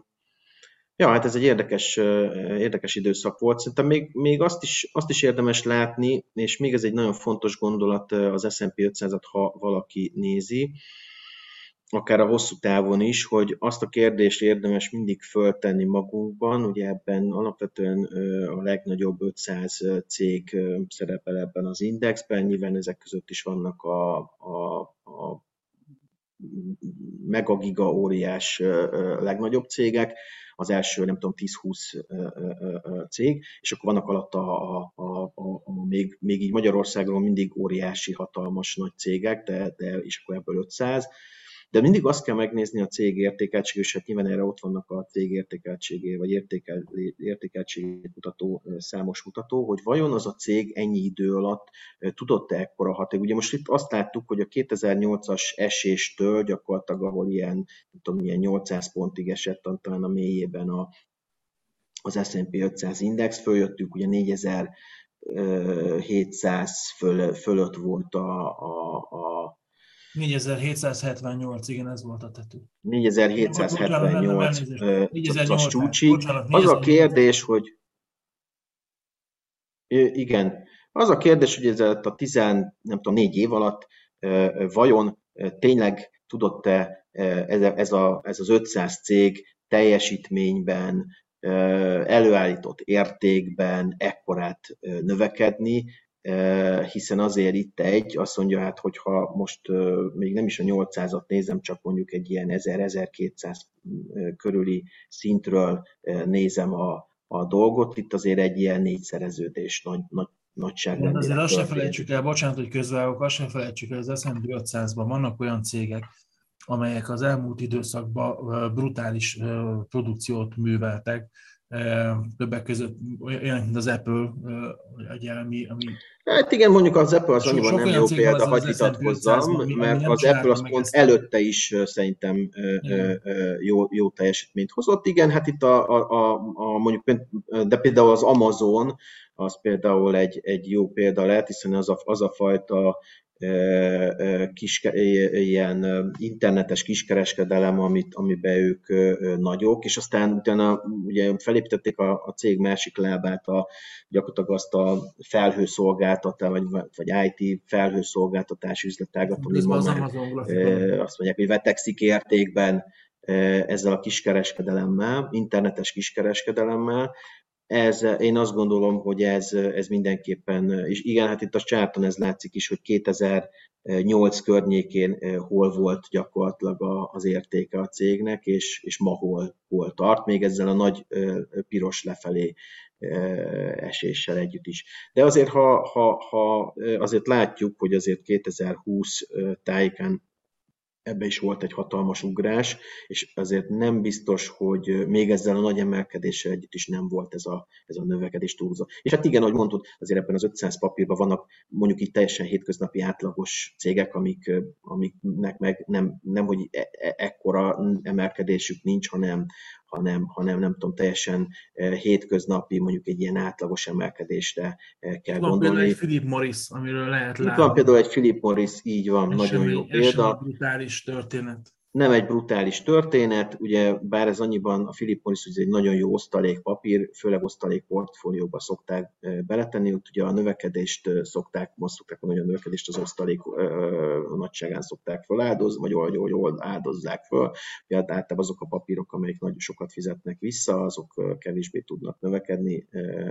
ja, hát ez egy érdekes, érdekes időszak volt. Szerintem még, még azt, is, azt is érdemes látni, és még ez egy nagyon fontos gondolat az es and pé ötszázat, ha valaki nézi, akár a hosszú távon is, hogy azt a kérdést érdemes mindig föltenni magunkban, ugye ebben alapvetően a legnagyobb ötszáz cég szerepel ebben az indexben, nyilván ezek között is vannak a, a, a mega-giga óriás legnagyobb cégek, az első, nem tudom, tíz-húsz cég, és akkor vannak alatt a, a, a, a, a még, még így Magyarországon mindig óriási, hatalmas nagy cégek, de, de és akkor ebből ötszáz. De mindig azt kell megnézni a cég értékeltségét, és hát nyilván erre ott vannak a cég értékeltségé, vagy értékel, értékeltségét mutató számos mutató, hogy vajon az a cég ennyi idő alatt tudott-e ekkora haték. Ugye most itt azt láttuk, hogy a kétezer-nyolcas eséstől gyakorlatilag, ahol ilyen, nem tudom, ilyen nyolcszáz pontig esett, talán a mélyében a, az es and pé ötszáz index, följöttünk, ugye négyezer-hétszáz föl, fölött volt a, a, a négyezer-hétszázhetvennyolc, igen, ez volt a tető. négyezer-hétszázhetvennyolc az csúcsig. Az a kérdés, hogy igen, az a kérdés, hogy ez a tíz, nem tudom, négy év alatt vajon tényleg tudott-e ez, ez, a, ez az ötszáz cég teljesítményben, előállított értékben ekkorát növekedni, hiszen azért itt egy, azt mondja, hát hogyha most még nem is a nyolcszázat nézem, csak mondjuk egy ilyen ezer-ezerkétszáz körüli szintről nézem a, a dolgot, itt azért egy ilyen négyszereződés nagy, nagy nagyságrendileg. Azért azt sem felejtsük el, bocsánat, hogy közvágok, azt sem felejtsük el, az es and pé ötszázban vannak olyan cégek, amelyek az elmúlt időszakban brutális produkciót műveltek, többek között olyan, mint az Apple, ami... ami hát igen, mondjuk az Apple az annyiban nem jó példa, hagy vitatkozzam, mert az Apple az pont előtte is szerintem jó, jó teljesítményt hozott. Igen, hát itt a, a, a, a mondjuk, de például az Amazon, az például egy, egy jó példa lehet, hiszen az a, az a fajta kis, ilyen internetes kiskereskedelem, amit, amiben ők nagyok, és aztán utána ugye felépítették a, a cég másik lábát, a, gyakorlatilag azt a felhőszolgáltatás, vagy, vagy i té felhőszolgáltatás üzletágat, ami ma már azt mondják, hogy vetekszik értékben ezzel a kiskereskedelemmel, internetes kiskereskedelemmel. Ez, én azt gondolom, hogy ez, ez mindenképpen, és igen, hát itt a csárton ez látszik is, hogy kétezer-nyolc környékén hol volt gyakorlatilag az értéke a cégnek, és, és ma hol, hol tart, még ezzel a nagy piros lefelé eséssel együtt is. De azért, ha, ha, ha azért látjuk, hogy azért kétezer-húsz tájékán ebbe is volt egy hatalmas ugrás, és azért nem biztos, hogy még ezzel a nagy emelkedéssel együtt is nem volt ez a, ez a növekedés túlzó. És hát igen, ahogy mondtad, azért ebben az ötszáz papírban vannak mondjuk itt teljesen hétköznapi átlagos cégek, amik, amiknek meg nem, nem hogy e- e- ekkora emelkedésük nincs, hanem, hanem, hanem nem tudom, teljesen hétköznapi, mondjuk egy ilyen átlagos emelkedésre kell van gondolni. Például egy Philip Morris, amiről lehet látni. Itt látni. van például egy Philip Morris, így van, ez nagyon sem jó egy, példa. Ez brutális történet. Nem egy brutális történet, ugye bár ez annyiban a Philip Morris ugye egy nagyon jó osztalékpapír, főleg osztalék portfólióba szokták beletenni, ott ugye a növekedést szokták, most szokták mondani, a növekedést az osztalék a nagyságán szokták feláldozni, vagy jól áldozzák föl. Ugye általában azok a papírok, amelyek nagyon sokat fizetnek vissza, azok kevésbé tudnak növekedni.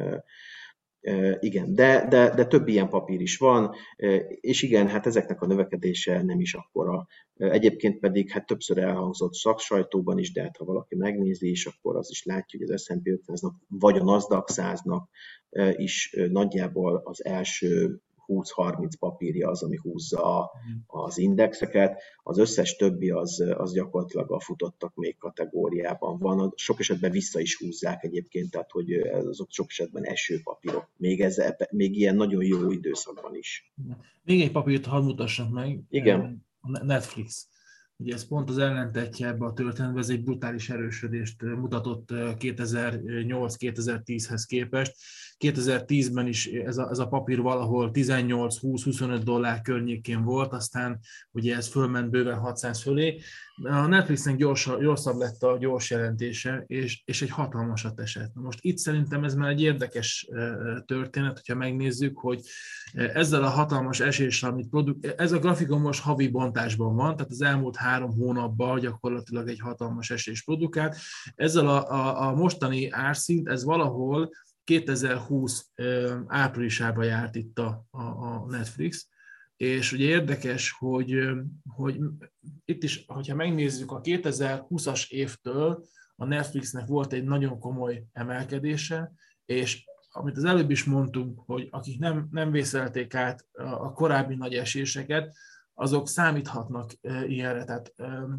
Igen, de, de, de több ilyen papír is van, és igen, hát ezeknek a növekedése nem is akkora. Egyébként pedig hát többször elhangzott szaksajtóban is, de hát ha valaki megnézi is, akkor az is látja, hogy az es and pé ötszáznak vagy a Nasdaq száznak is nagyjából az első húsz-harminc papírja az, ami húzza az indexeket, az összes többi az, az gyakorlatilag a futottak még kategóriában van. Sok esetben vissza is húzzák egyébként, tehát hogy azok sok esetben esőpapírok, még, ez, még ilyen nagyon jó időszakban is. Még egy papírt hadd mutassak meg. Igen. A Netflix. Ugye ez pont az ellentetje ebbe a történetbe, ez egy brutális erősödést mutatott kétezer-nyolc-kétezer-tízhez képest. kétezer-tízben is ez a, ez a papír valahol tizennyolc-húsz-huszonöt dollár környékén volt, aztán ugye ez fölment bőven hatszáz fölé. A Netflixnek gyors, gyorsabb lett a gyors jelentése, és, és egy hatalmasat esett. Most itt szerintem ez már egy érdekes történet, hogyha megnézzük, hogy ezzel a hatalmas eséssel, amit produk... ez a grafikon most havi bontásban van, tehát az elmúlt három hónapban gyakorlatilag egy hatalmas esés produkált. Ezzel a, a, a mostani árszint, ez valahol kétezer-húsz áprilisában járt itt a, a, a Netflix, és ugye érdekes, hogy, hogy itt is, hogyha megnézzük a kétezer-húszas évtől, a Netflixnek volt egy nagyon komoly emelkedése, és amit az előbb is mondtunk, hogy akik nem, nem vészelték át a korábbi nagy eséseket, azok számíthatnak ilyenre. Tehát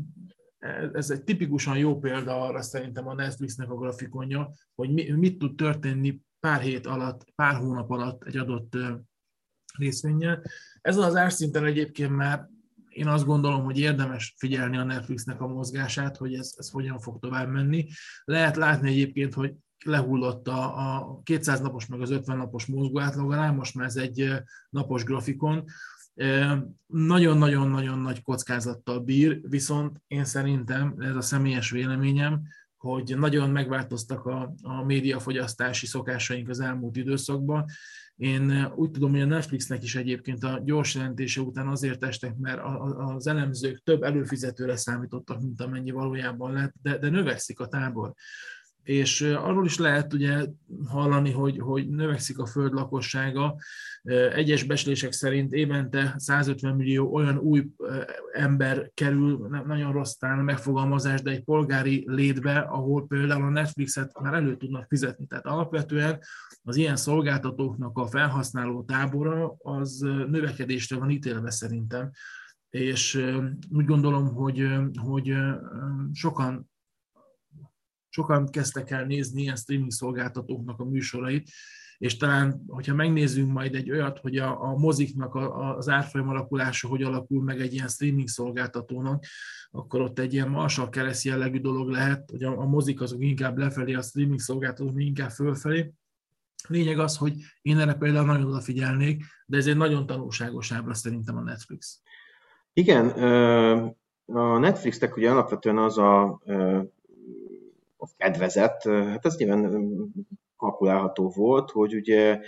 ez egy tipikusan jó példa arra szerintem a Netflixnek a grafikonja, hogy mi, mit tud történni pár hét alatt, pár hónap alatt egy adott részvénnyel. Ezen az árszinten egyébként már én azt gondolom, hogy érdemes figyelni a Netflixnek a mozgását, hogy ez, ez hogyan fog tovább menni. Lehet látni egyébként, hogy lehullott a, a kétszáz napos meg az ötven napos mozgóátlag alá, most már ez egy napos grafikon. Nagyon-nagyon-nagyon nagy kockázattal bír, viszont én szerintem, ez a személyes véleményem, hogy nagyon megváltoztak a, a médiafogyasztási szokásaink az elmúlt időszakban. Én úgy tudom, hogy a Netflixnek is egyébként a gyors jelentése után azért estek, mert az elemzők több előfizetőre számítottak, mint amennyi valójában lett, de, de növekszik a tábor. és arról is lehet ugye hallani, hogy, hogy növekszik a föld lakossága. Egyes becslések szerint évente százötven millió olyan új ember kerül, nem nagyon rossz talán a megfogalmazás, de egy polgári létbe, ahol például a Netflixet már elő tudnak fizetni. Tehát alapvetően az ilyen szolgáltatóknak a felhasználó tábora az növekedésre van ítélve szerintem. És úgy gondolom, hogy, hogy sokan Sokan kezdtek el nézni ilyen streaming szolgáltatóknak a műsorait, és talán, hogyha megnézzünk majd egy olyat, hogy a, a moziknak a, az árfolyam alakulása hogy alakul meg egy ilyen streaming szolgáltatónak, akkor ott egy ilyen marsalkereszt jellegű dolog lehet, hogy a, a mozik azok inkább lefelé, a streaming szolgáltatók inkább fölfelé. Lényeg az, hogy én erre például nagyon odafigyelnék, de ez egy nagyon tanulságos ábra szerintem a Netflix. Igen, a Netflixnek ugye alapvetően az a a kedvezett, hát ez nyilván kalkulálható volt, hogy ugye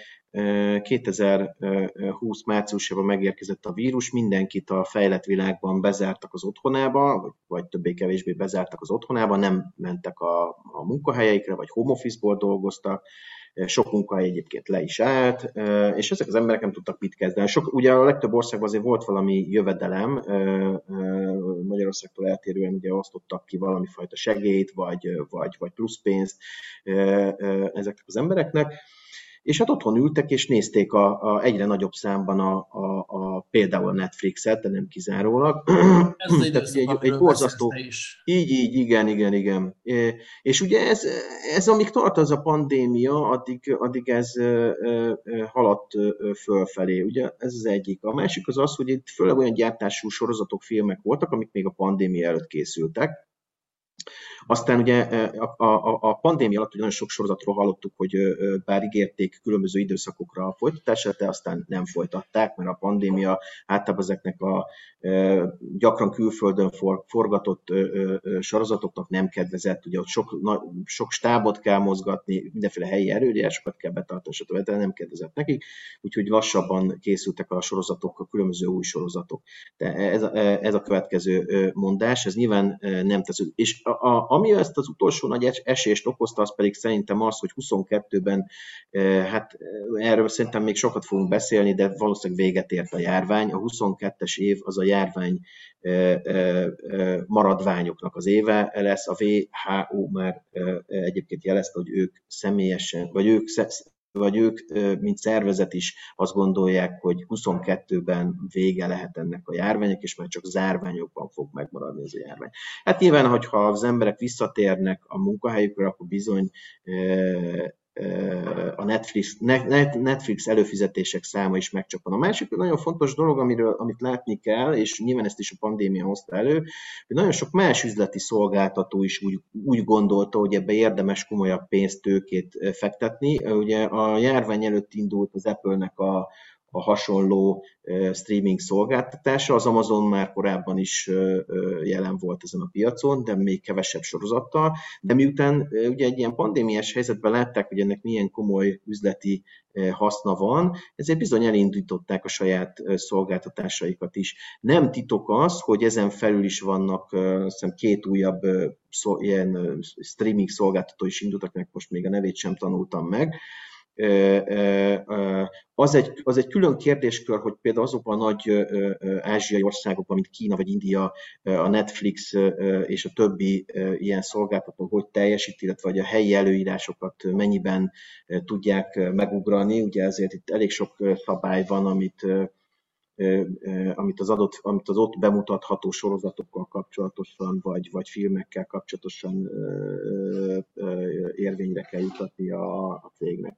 kétezer-húsz márciusában megérkezett a vírus, mindenkit a fejlett világban bezártak az otthonába, vagy, vagy többé-kevésbé bezártak az otthonába, nem mentek a, a munkahelyeikre, vagy home office-ból dolgoztak, sok munkahely egyébként le is állt, és ezek az emberek nem tudtak mit kezdeni. Sok, ugye a legtöbb országban azért volt valami jövedelem, Magyarországtól eltérően ugye osztottak ki valami fajta segélyt, vagy, vagy, vagy plusz pénzt ezeknek az embereknek, és hát otthon ültek, és nézték a, a egyre nagyobb számban a, a, a, például a Netflixet, de nem kizárólag. Ez az időszak, egy, egy borzasztó... is. Így, így, igen, igen, igen. És ugye ez, ez amíg tart az a pandémia, addig, addig ez haladt fölfelé. Ugye ez az egyik. A másik az az, hogy itt főleg olyan gyártású sorozatok, filmek voltak, amik még a pandémia előtt készültek. Aztán ugye a, a, a pandémia alatt nagyon sok sorozatról hallottuk, hogy bár ígérték különböző időszakokra a folytatását, de aztán nem folytatták, mert a pandémia általában ezeknek a gyakran külföldön forgatott sorozatoknak nem kedvezett. Ugye ott sok, sok stábot kell mozgatni, mindenféle helyi erőjárásokat kell betartani, stb. De nem kedvezett nekik, úgyhogy lassabban készültek a sorozatok, a különböző új sorozatok. De ez, ez a következő mondás, ez nyilván nem tesz. És a, a, ami ezt az utolsó nagy esést okozta, az pedig szerintem az, hogy huszonkettőben, hát erről szerintem még sokat fogunk beszélni, de valószínűleg véget ért a járvány. A huszonkettes év az a járvány maradványoknak az éve lesz. A dupla vé há ó már egyébként jelezte, hogy ők személyesen, vagy ők vagy ők, mint szervezet is azt gondolják, hogy huszonkettőben vége lehet ennek a járványok, és már csak zárványokban fog megmaradni ez a járvány. Hát nyilván, hogyha az emberek visszatérnek a munkahelyükre, akkor bizony a Netflix, Netflix előfizetések száma is megcsappan. A másik nagyon fontos dolog, amiről, amit látni kell, és nyilván ezt is a pandémia hozta elő, hogy nagyon sok más üzleti szolgáltató is úgy, úgy gondolta, hogy ebbe érdemes komolyabb pénzt, tőkét fektetni. Ugye a járvány előtt indult az Apple-nek a a hasonló streaming szolgáltatása. Az Amazon már korábban is jelen volt ezen a piacon, de még kevesebb sorozattal. De miután ugye egy ilyen pandémiás helyzetben látták, hogy ennek milyen komoly üzleti haszna van, ezért bizony elindították a saját szolgáltatásaikat is. Nem titok az, hogy ezen felül is vannak hiszem, két újabb szó, ilyen streaming szolgáltató is indultak, meg most még a nevét sem tanultam meg. Az egy, az egy külön kérdéskör, hogy például azokban a nagy ázsiai országokban, mint Kína vagy India, a Netflix és a többi ilyen szolgáltató hogy teljesít, illetve hogy a helyi előírásokat mennyiben tudják megugrani. Ugye ezért itt elég sok szabály van, amit amit az, adott, amit az ott bemutatható sorozatokkal kapcsolatosan, vagy, vagy filmekkel kapcsolatosan érvényre kell jutatni a, a cégnek.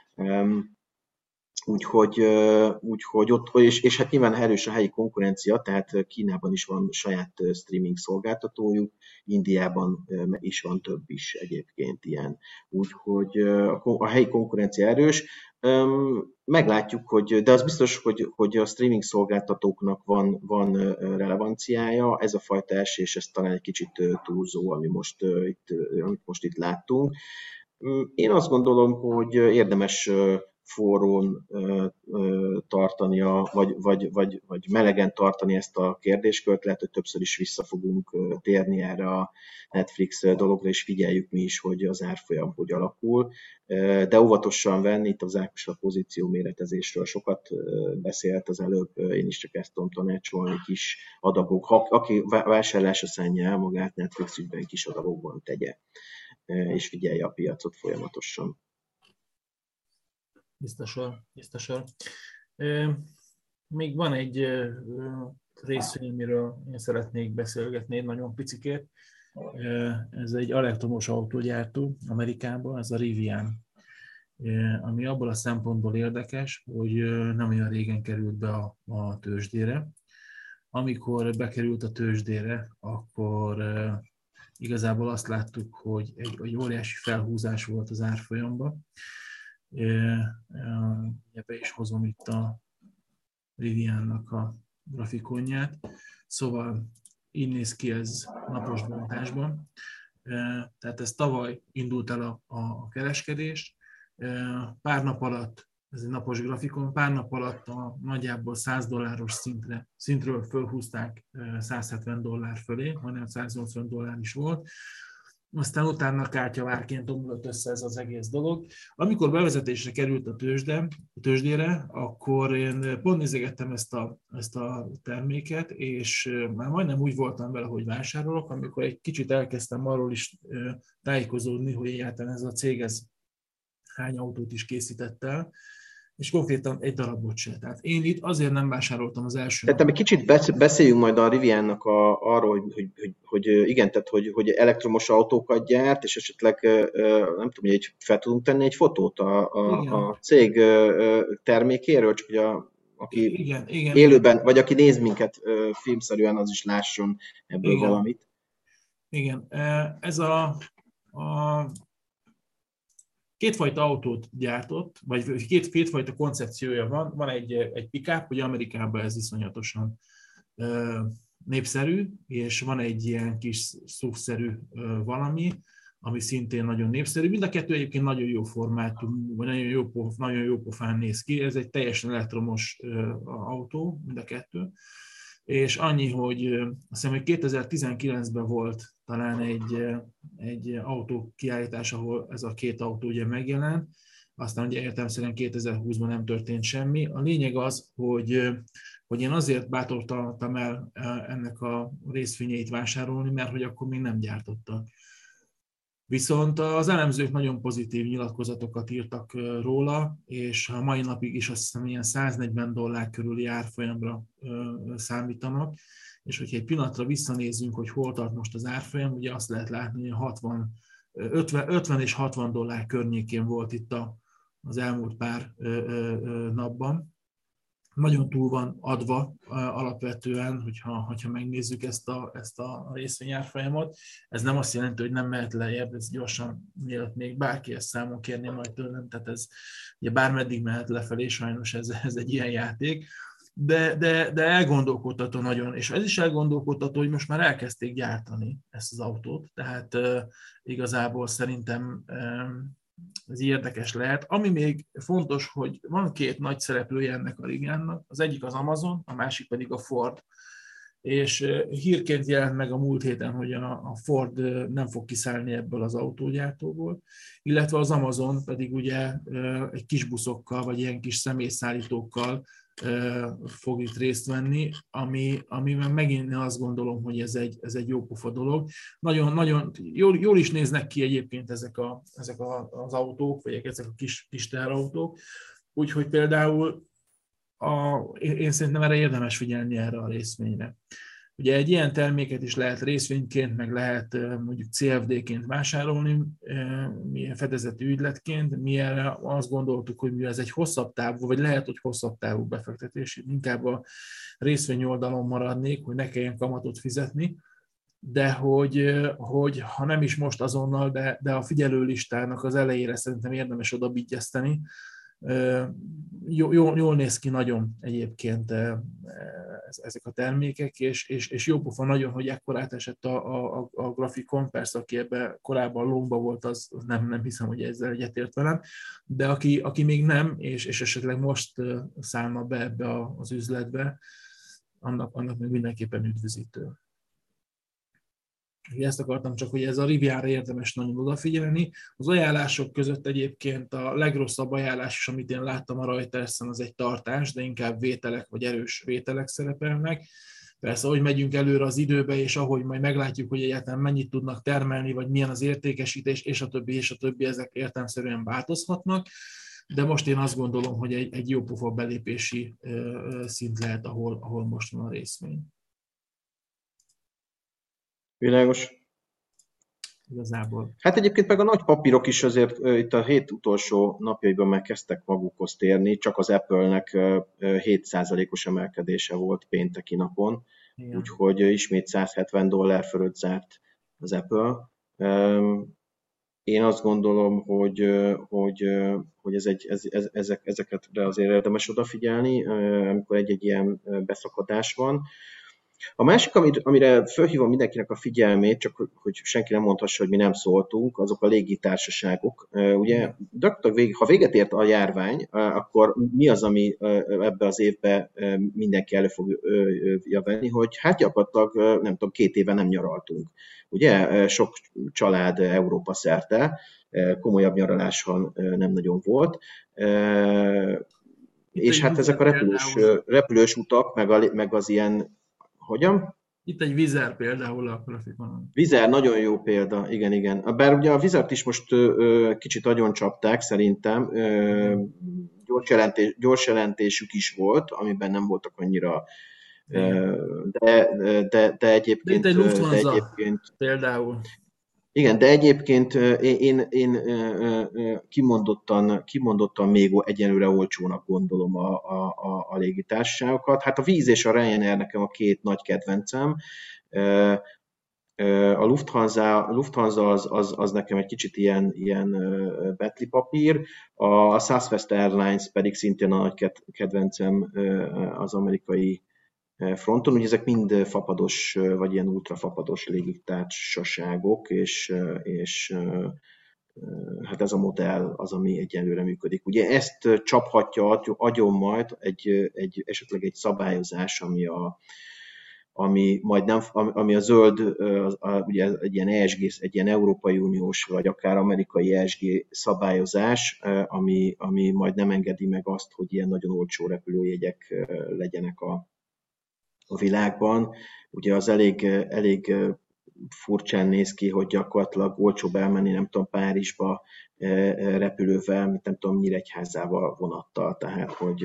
Úgyhogy, úgyhogy ott, és, és hát nyilván erős a helyi konkurencia, tehát Kínában is van saját streaming szolgáltatójuk, Indiában is van több is egyébként ilyen. Úgyhogy a helyi konkurencia erős. Meglátjuk, hogy, de az biztos, hogy, hogy a streaming szolgáltatóknak van, van relevanciája. Ez a fajta esés, ez talán egy kicsit túlzó, ami most, itt, amit most itt láttunk. Én azt gondolom, hogy érdemes forrón tartania, vagy, vagy, vagy, vagy melegen tartani ezt a kérdéskört. Lehet, hogy többször is vissza fogunk térni erre a Netflix dologra, és figyeljük mi is, hogy az árfolyam hogy alakul. De óvatosan venni, itt az Ákos a pozíció méretezésről sokat beszélt az előbb, én is csak ezt tudom tanácsolni, kis adagok. Ha, aki vásárlásra szánja el magát, Netflix ügyben kis adagokban tegye, és figyelje a piacot folyamatosan. Biztosan, biztosan. Még van egy részvény, amiről én szeretnék beszélgetni egy nagyon picikét. Ez egy elektromos autógyártó Amerikában, ez a Rivian, ami abból a szempontból érdekes, hogy nem olyan régen került be a, a tőzsdére. Amikor bekerült a tőzsdére, akkor igazából azt láttuk, hogy egy, egy óriási felhúzás volt az árfolyamban. Be is hozom itt a Riviannak a grafikonját. Szóval így néz ki ez napos bontásban. Tehát ez tavaly indult el a, a kereskedés. Pár nap alatt, ez egy napos grafikon, pár nap alatt a nagyjából száz dolláros szintre, szintről fölhúzták száz hetven dollár fölé, majdnem száz nyolcvan dollár is volt. Aztán utána kártyavárként omlott össze ez az egész dolog. Amikor bevezetésre került a tőzsde, a tőzsdére, akkor én pont nézegettem ezt a, ezt a terméket, és már majdnem úgy voltam vele, hogy vásárolok, amikor egy kicsit elkezdtem arról is tájékozódni, hogy egyáltalán ez a cég ez hány autót is készített el, és konkrétan egy darabot se. Tehát én itt azért nem vásároltam az első. Tehát egy kicsit beszéljünk majd a Riviannak a, arról, hogy, hogy, hogy, hogy igen, tehát hogy, hogy elektromos autókat gyárt, és esetleg nem tudom, hogy egy, fel tudunk tenni egy fotót a, a, a cég termékéről, csak hogy a, aki igen, igen, élőben, igen. vagy aki néz minket filmszerűen, az is lásson ebből igen. valamit. Igen, ez a, a kétfajta autót gyártott, vagy két, kétfajta koncepciója van. Van egy, egy pick-up, hogy Amerikában ez iszonyatosan ö, népszerű, és van egy ilyen kis SUV-szerű ö, valami, ami szintén nagyon népszerű. Mind a kettő egyébként nagyon jó formátum, vagy nagyon jó, nagyon jó pofán néz ki. Ez egy teljesen elektromos ö, autó, mind a kettő. És annyi, hogy azt hiszem, hogy kétezer-tizenkilencben volt talán egy, egy autó kiállítás, ahol ez a két autó ugye megjelent, aztán ugye értelemszerűen kétezer-húszban nem történt semmi. A lényeg az, hogy, hogy én azért bátortam el ennek a részvényeit vásárolni, mert hogy akkor még nem gyártottak. Viszont az elemzők nagyon pozitív nyilatkozatokat írtak róla, és a mai napig is azt hiszem ilyen száznegyven dollár körüli árfolyamra számítanak, és hogyha egy pillanatra visszanézzünk, hogy hol tart most az árfolyam, ugye azt lehet látni, hogy hatvan, ötven, ötven és hatvan dollár környékén volt itt a, az elmúlt pár napban. Nagyon túl van adva alapvetően, hogyha, hogyha megnézzük ezt a, ezt a részvényárfolyamot. Ez nem azt jelenti, hogy nem mehet lejjebb, ez gyorsan, mielőtt még bárki ezt számon kérné majd tőlem, tehát ez ugye bármeddig mehet lefelé, sajnos ez, ez egy ilyen játék, de, de, de elgondolkodtató nagyon, és ez is elgondolkodtató, hogy most már elkezdték gyártani ezt az autót, tehát uh, igazából szerintem um, ez érdekes lehet. Ami még fontos, hogy van két nagy szereplője ennek a Riviannak, az egyik az Amazon, a másik pedig a Ford. És hírként jelent meg a múlt héten, hogy a Ford nem fog kiszállni ebből az autógyártóból, illetve az Amazon pedig ugye egy kis buszokkal, vagy ilyen kis személyszállítókkal fog itt részt venni, ami, amiben megint azt gondolom, hogy ez egy, ez egy jó pofa dolog. Nagyon, nagyon jól, jól is néznek ki egyébként ezek, a, ezek a, az autók, vagy ezek a kis, kis teherautók, úgyhogy például a, én szerintem erre érdemes figyelni erre a részvényre. Ugye egy ilyen terméket is lehet részvényként, meg lehet mondjuk cé ef dé-ként vásárolni, milyen fedezetű ügyletként. Mi erre azt gondoltuk, hogy ez egy hosszabb távú, vagy lehet, hogy hosszabb távú befektetés, inkább a részvény oldalon maradnék, hogy ne kelljen kamatot fizetni, de hogy, hogy ha nem is most azonnal, de, de a figyelőlistának az elejére szerintem érdemes oda bigyeszteni, Jól, jól néz ki nagyon egyébként ezek a termékek, és, és, és jó pofa nagyon, hogy ekkorát esett a, a, a grafikon, persze aki ebben korábban lomba volt, az nem, nem hiszem, hogy ezzel egyetért velem, de aki, aki még nem, és, és esetleg most szállna be ebbe az üzletbe, annak, annak még mindenképpen üdvözítő. Ezt akartam csak, hogy ez a Riviára érdemes nagyon odafigyelni. Az ajánlások között egyébként a legrosszabb ajánlás is, amit én láttam a Reutersen, az egy tartás, de inkább vételek vagy erős vételek szerepelnek. Persze, ahogy megyünk előre az időbe, és ahogy majd meglátjuk, hogy egyáltalán mennyit tudnak termelni, vagy milyen az értékesítés, és a többi, és a többi, ezek értelemszerűen változhatnak. De most én azt gondolom, hogy egy, egy jó pofa belépési szint lehet, ahol, ahol most van a részvény. Világos. Igazából. Hát egyébként meg a nagy papírok is azért uh, itt a hét utolsó napjaiban már kezdtek magukhoz térni, csak az Apple-nek uh, hét százalékos emelkedése volt pénteki napon, igen. Úgyhogy uh, ismét száz hetven dollár fölött zárt az Apple. Um, én azt gondolom, hogy, uh, hogy, uh, hogy ez egy, ez, ez, ezek, ezeket azért érdemes odafigyelni, uh, amikor egy-egy ilyen beszakadás van. A másik, amire fölhívom mindenkinek a figyelmét, csak hogy senki nem mondhassa, hogy mi nem szóltunk, azok a légitársaságok. Ugye, végig, ha véget ért a járvány, akkor mi az, ami ebbe az évbe mindenki elő fogja venni, hogy hát gyakorlatilag, nem tudom, két éve nem nyaraltunk. Ugye, sok család Európa szerte, komolyabb nyaraláson nem nagyon volt. Itt és hát ezek a repülős, repülős utak, meg, a, meg az ilyen Hogyan? Itt egy Vizer például a grafikonon. Vizer, nagyon jó példa, igen, igen. Bár ugye a Vizert is most ö, kicsit agyon csapták, szerintem. Ö, gyors, jelentés, gyors jelentésük is volt, amiben nem voltak annyira, ö, de, de, de egyébként... De itt egy Lufthansa de egyébként, például. Igen, de egyébként én, én kimondottan, kimondottan még egyenlőre olcsónak gondolom a, a, a légitársaságokat. Hát a Wizz és a Ryanair nekem a két nagy kedvencem. A Lufthansa, a Lufthansa az, az, az nekem egy kicsit ilyen, ilyen betli papír, a Southwest Airlines pedig szintén a nagy kedvencem az amerikai fronton, ugye ezek mind fapados, vagy ilyen ultrafapados légitársaságok, és, és hát ez a modell az, ami egyelőre működik. Ugye ezt csaphatja agyon majd egy, egy, esetleg egy szabályozás, ami a, ami majd nem, ami a zöld, ugye egy ilyen E S G, egy ilyen Európai Uniós, vagy akár amerikai E S G szabályozás, ami, ami majd nem engedi meg azt, hogy ilyen nagyon olcsó repülőjegyek legyenek a a világban. Ugye az elég, elég furcsán néz ki, hogy gyakorlatilag olcsóbb elmenni, nem tudom, Párizsba repülővel, mint nem tudom, Nyíregyházával vonattal, tehát, hogy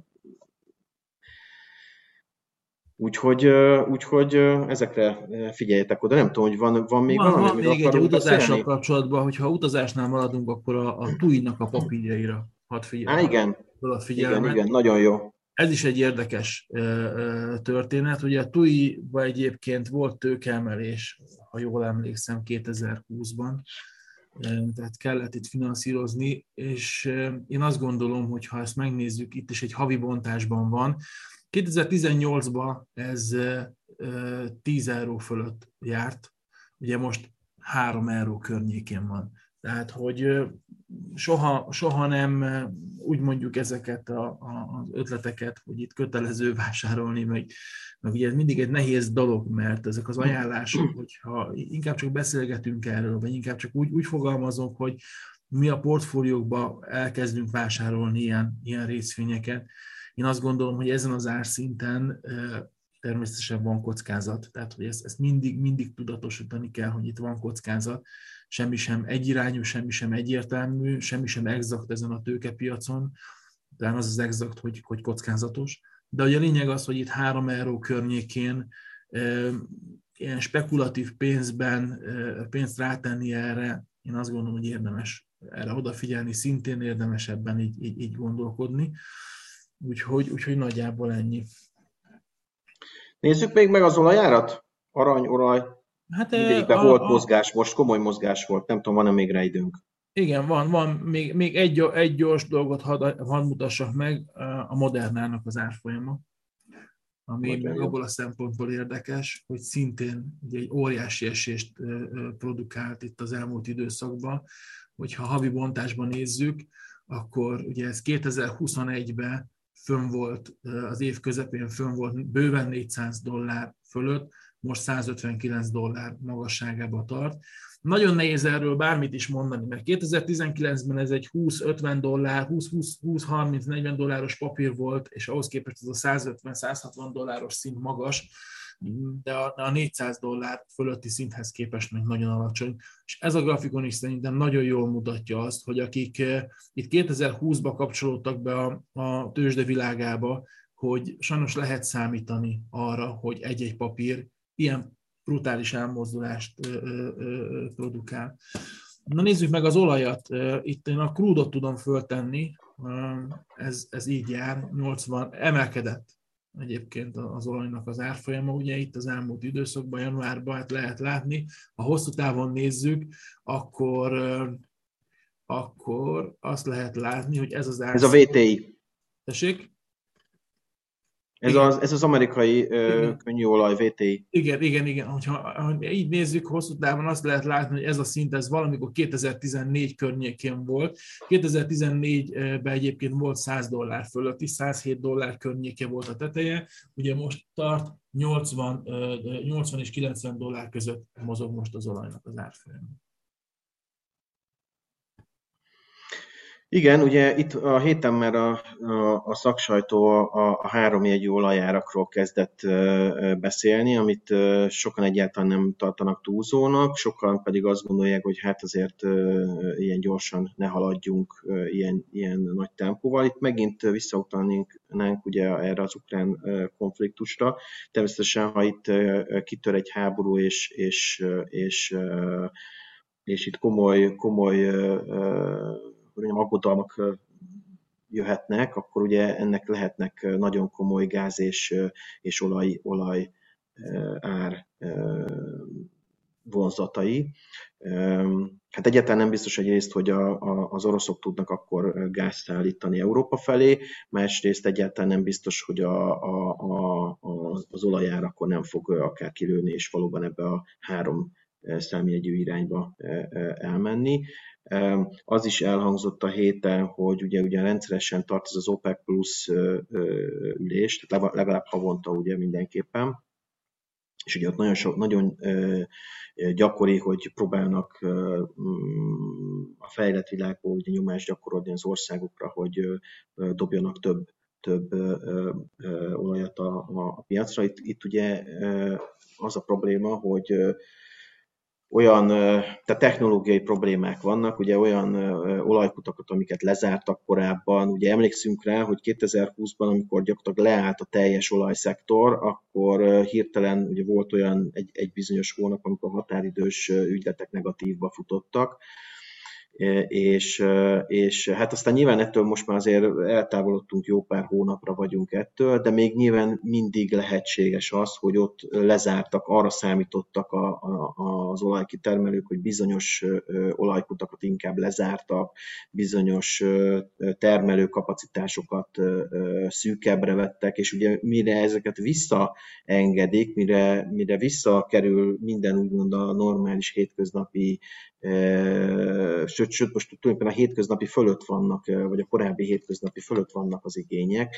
úgyhogy, úgyhogy ezekre figyeljetek oda. Nem tudom, hogy van, van még van, valami, van még egy utazással kapcsolatban, hogyha utazásnál maradunk, akkor a, a té u i-nak a papírjaira hadd figyelj. Á, igen. igen, igen, nagyon jó. Ez is egy érdekes történet. Ugye a té u i-ban egyébként volt tőkeemelés, ha jól emlékszem, kétezer-húszban, tehát kellett itt finanszírozni, és én azt gondolom, hogy ha ezt megnézzük, itt is egy havi bontásban van. kétezer-tizennyolcban ez tíz euró fölött járt, ugye most három euró környékén van. Tehát, hogy soha, soha nem úgy mondjuk ezeket a, a, az ötleteket, hogy itt kötelező vásárolni, meg, meg ugye ez mindig egy nehéz dolog, mert ezek az ajánlások, hogyha inkább csak beszélgetünk erről, vagy inkább csak úgy, úgy fogalmazunk, hogy mi a portfóliókba elkezdünk vásárolni ilyen, ilyen részvényeket. Én azt gondolom, hogy ezen az árszinten természetesen van kockázat, tehát hogy ezt, ezt mindig, mindig tudatosítani kell, hogy itt van kockázat, semmi sem egyirányú, semmi sem egyértelmű, semmi sem exakt ezen a tőkepiacon, talán az az exakt, hogy, hogy kockázatos. De ugye a lényeg az, hogy itt három euró környékén e, ilyen spekulatív pénzben e, pénzt rátenni erre, én azt gondolom, hogy érdemes erre odafigyelni, szintén érdemes ebben így, így, így gondolkodni. Úgyhogy, úgyhogy nagyjából ennyi. Nézzük még meg az olajárat? Arany, olaj. Hát, idejében volt a, a... mozgás, most komoly mozgás volt, nem tudom, van-e még rá időnk. Igen, van, van még, még egy, egy gyors dolgot hadd, hadd mutassak meg, a Modernának az árfolyama, ami Nagyon meg jó. abból a szempontból érdekes, hogy szintén ugye egy óriási esést produkált itt az elmúlt időszakban, hogyha havi bontásban nézzük, akkor ugye ez kétezer-huszonegyben fönn volt, az év közepén fönn volt bőven négyszáz dollár fölött, most százötvenkilenc dollár magasságába tart. Nagyon nehéz erről bármit is mondani, mert kétezer-tizenkilencben ez egy húsz-ötven dollár, húsz-harminc-negyven dolláros papír volt, és ahhoz képest ez a százötven-százhatvan dolláros szint magas, de a négyszáz dollár fölötti szinthez képest még nagyon alacsony. És ez a grafikon is szerintem nagyon jól mutatja azt, hogy akik itt kétezer-húszban kapcsolódtak be a, a tőzsde világába, hogy sajnos lehet számítani arra, hogy egy-egy papír ilyen brutális elmozdulást produkál. Na nézzük meg az olajat. Itt én a crude-ot tudom föltenni, ez, ez így jár, nyolcvan, emelkedett egyébként az olajnak az árfolyama, ugye itt az elmúlt időszakban, januárban hát lehet látni. Ha hosszú távon nézzük, akkor, akkor azt lehet látni, hogy ez az árfolyam. Ez a vé té i. Tessék? Ez az, ez az amerikai uh, könnyű olaj vé té i. Igen, igen, igen. Hogyha, ha így nézzük, hosszú távon azt lehet látni, hogy ez a szint, ez valamikor kétezer-tizennégy környékén volt. kétezer-tizennégyben egyébként volt száz dollár fölött is, százhét dollár környéke volt a teteje. Ugye most tart nyolcvan, nyolcvan és kilencven dollár között mozog most az olajnak az árfolyama. Igen, ugye itt a héten már a, a, a szaksajtó a, a három jegyű olajárakról kezdett beszélni, amit sokan egyáltalán nem tartanak túlzónak, sokan pedig azt gondolják, hogy hát azért ilyen gyorsan ne haladjunk ilyen, ilyen nagy tempóval. Itt megint visszautalnánk ugye erre az ukrán konfliktusra. Természetesen, ha itt kitör egy háború, és, és, és, és itt komoly, komoly aggodalmak jöhetnek, akkor ugye ennek lehetnek nagyon komoly gáz és, és olaj, olaj ár vonzatai. Hát egyáltalán nem biztos egyrészt, hogy a, a, az oroszok tudnak akkor gázt szállítani Európa felé, másrészt egyáltalán nem biztos, hogy a, a, a, az olajár akkor nem fog akár kilőni, és valóban ebbe a három számjegyű irányba elmenni. Az is elhangzott a héten, hogy ugye, ugye rendszeresen tart ez az OPEC plusz ülés, tehát legalább havonta ugye mindenképpen, és ugye ott nagyon, sok, nagyon gyakori, hogy próbálnak a fejlett világból ugye nyomást gyakorolni az országokra, hogy dobjanak több, több olajat a, a piacra. Itt, itt ugye az a probléma, hogy olyan tehát technológiai problémák vannak, ugye olyan olajkutakat, amiket lezártak korábban. Ugye emlékszünk rá, hogy kétezer-húszban, amikor gyakorlatilag leállt a teljes olajszektor, akkor hirtelen ugye volt olyan egy, egy bizonyos hónap, amikor határidős ügyletek negatívba futottak, és, és hát aztán nyilván ettől most már azért eltávolodtunk, jó pár hónapra vagyunk ettől, de még nyilván mindig lehetséges az, hogy ott lezártak, arra számítottak a, a, az olajkitermelők, hogy bizonyos olajkutakat inkább lezártak, bizonyos termelőkapacitásokat szűkebbre vettek, és ugye mire ezeket visszaengedik, mire, mire visszakerül minden úgymond a normális hétköznapi, sőt, sőt, most tulajdonképpen a hétköznapi fölött vannak, vagy a korábbi hétköznapi fölött vannak az igények.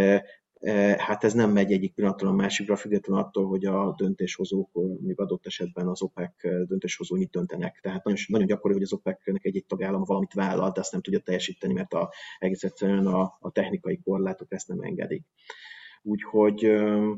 Hát ez nem megy egyik pillanatról a másikra, függetlenül attól, hogy a döntéshozók, még adott esetben az OPEC döntéshozó mit döntenek. Tehát nagyon, nagyon gyakori, hogy az OPEC-nek egy-egy tagállam valamit vállal, de azt nem tudja teljesíteni, mert a, egész egyszerűen a, a technikai korlátok ezt nem engedik. Úgyhogy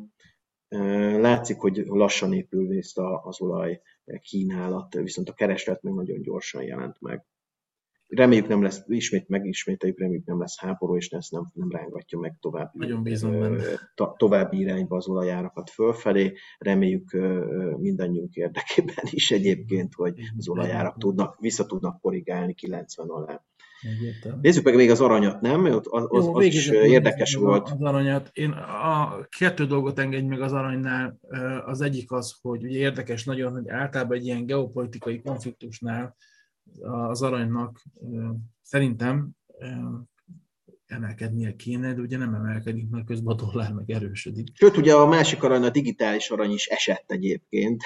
látszik, hogy lassan épül vissza az olaj kínálat, viszont a kereslet meg nagyon gyorsan jelent meg. Reméljük nem lesz, ismét megismételjük, reméljük nem lesz háború, és ezt nem, nem rángatja meg további, nagyon bízom benne. To, további irányba az olajárakat fölfelé. Reméljük mindannyiunk érdekében is egyébként, hogy az olajárak tudnak, vissza tudnak korrigálni kilencven alá. Egyébként. Nézzük meg még az aranyat, nem? Az, az, Jó, az is érdekes volt. Az aranyat. Én a kettő dolgot engedj meg az aranynál. Az egyik az, hogy ugye érdekes nagyon, hogy általában egy ilyen geopolitikai konfliktusnál az aranynak szerintem emelkednie kéne, de ugye nem emelkedik, mert közben a dollár meg erősödik. Sőt, ugye a másik arany, a digitális arany is esett egyébként.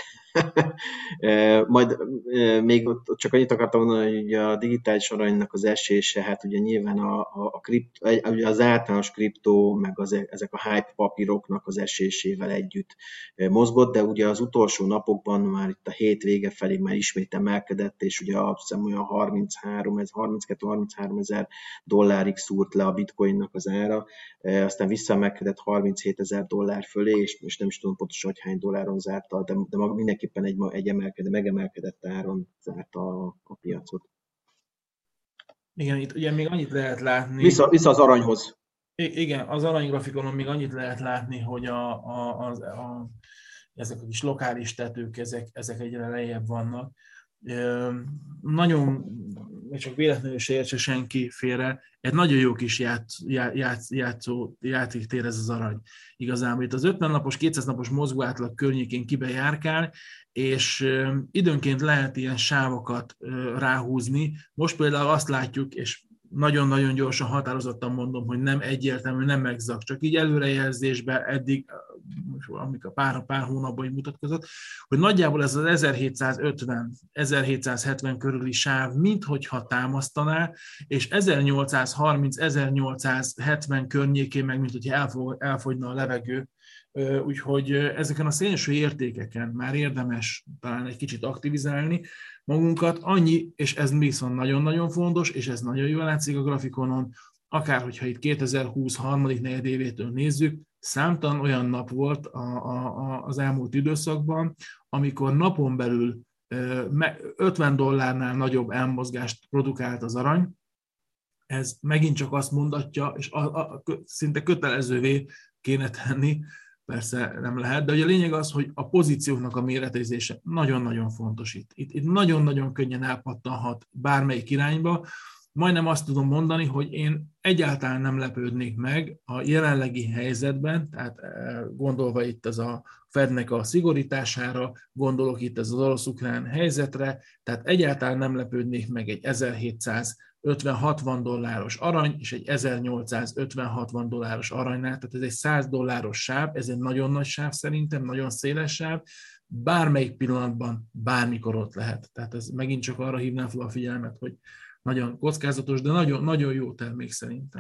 Majd még csak annyit akartam mondani, hogy a digitális aranynak az esése, hát ugye nyilván a, a, a kripto, ugye az általános kriptó, meg az, ezek a hype papíroknak az esésével együtt mozgott, de ugye az utolsó napokban már itt a hét vége felé már ismét emelkedett, és ugye azt hiszem olyan harminchárom, harminckettő-harminchárom ezer dollárig szúrt le a bitcoinnak az ára, aztán visszaemelkedett harminchét ezer dollár fölé, és most nem is tudom pontosan, hogy hány dolláron zárta, de, de mindenképpen egy, egy emelkedett, megemelkedett áron zárta a, a piacot. Igen, itt ugye még annyit lehet látni... Vissza, vissza az aranyhoz. Igen, az aranygrafikonon még annyit lehet látni, hogy a, a, a, a, ezek a kis lokális tetők, ezek, ezek egyre lejjebb vannak. Nagyon, csak véletlenül se értse senki félre, egy nagyon jó kis játsz, játsz, játszó, játéktér ez az arany. Igazából itt az ötven napos, kétszáz napos mozgóátlag környékén kibe járkál, és időnként lehet ilyen sávokat ráhúzni. Most például azt látjuk, és nagyon-nagyon gyorsan, határozottan mondom, hogy nem egyértelmű, nem exakt, csak így előrejelzésben eddig, amik a pár, pár hónapban mutatkozott, hogy nagyjából ez az ezerhétszázötven ezerhétszázhetven körüli sáv minthogyha támasztaná, és ezernyolcszázharminc ezernyolcszázhetven környékén meg minthogyha elfogyna a levegő. Úgyhogy ezeken a szélső értékeken már érdemes talán egy kicsit aktivizálni magunkat. Annyi, és ez viszont nagyon-nagyon fontos, és ez nagyon jól látszik a grafikonon, akár hogyha itt kétezer-húsz harmadik negyedévétől nézzük, számtalan olyan nap volt a, a, az elmúlt időszakban, amikor napon belül ötven dollárnál nagyobb elmozgást produkált az arany. Ez megint csak azt mondatja, és a, a, szinte kötelezővé kéne tenni, persze nem lehet, de ugye a lényeg az, hogy a pozícióknak a méretezése nagyon-nagyon fontos itt. Itt, itt nagyon-nagyon könnyen elpattanhat bármelyik irányba. Majdnem azt tudom mondani, hogy én egyáltalán nem lepődnék meg a jelenlegi helyzetben, tehát gondolva itt ez a Fednek a szigorítására, gondolok itt ez az orosz-ukrán helyzetre, tehát egyáltalán nem lepődnék meg egy ezerhétszázötven-hatvan dolláros arany, és egy ezernyolcszázötven-hatvan dolláros aranynál, tehát ez egy száz dolláros sáv, ez egy nagyon nagy sáv szerintem, nagyon széles sáv, bármelyik pillanatban, bármikor ott lehet. Tehát ez megint csak arra hívnám fel a figyelmet, hogy nagyon kockázatos, de nagyon, nagyon jó termék szerintem.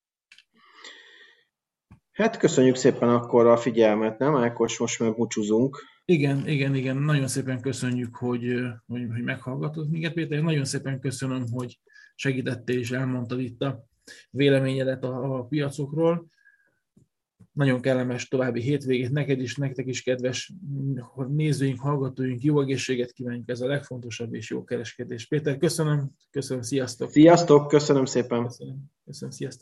Hát köszönjük szépen akkor a figyelmet, nem Ákos? Most már búcsúzunk. Igen, igen, igen. Nagyon szépen köszönjük, hogy, hogy, hogy meghallgatott minket, Péter. Nagyon szépen köszönöm, hogy segítettél és elmondtad itt a véleményedet a, a piacokról. Nagyon kellemes további hétvégét neked is, nektek is, kedves nézőink, hallgatóink, jó egészséget kívánjuk, ez a legfontosabb, és jó kereskedés. Péter, köszönöm, köszönöm, sziasztok! Sziasztok, köszönöm szépen! Köszönöm, köszönöm, sziasztok!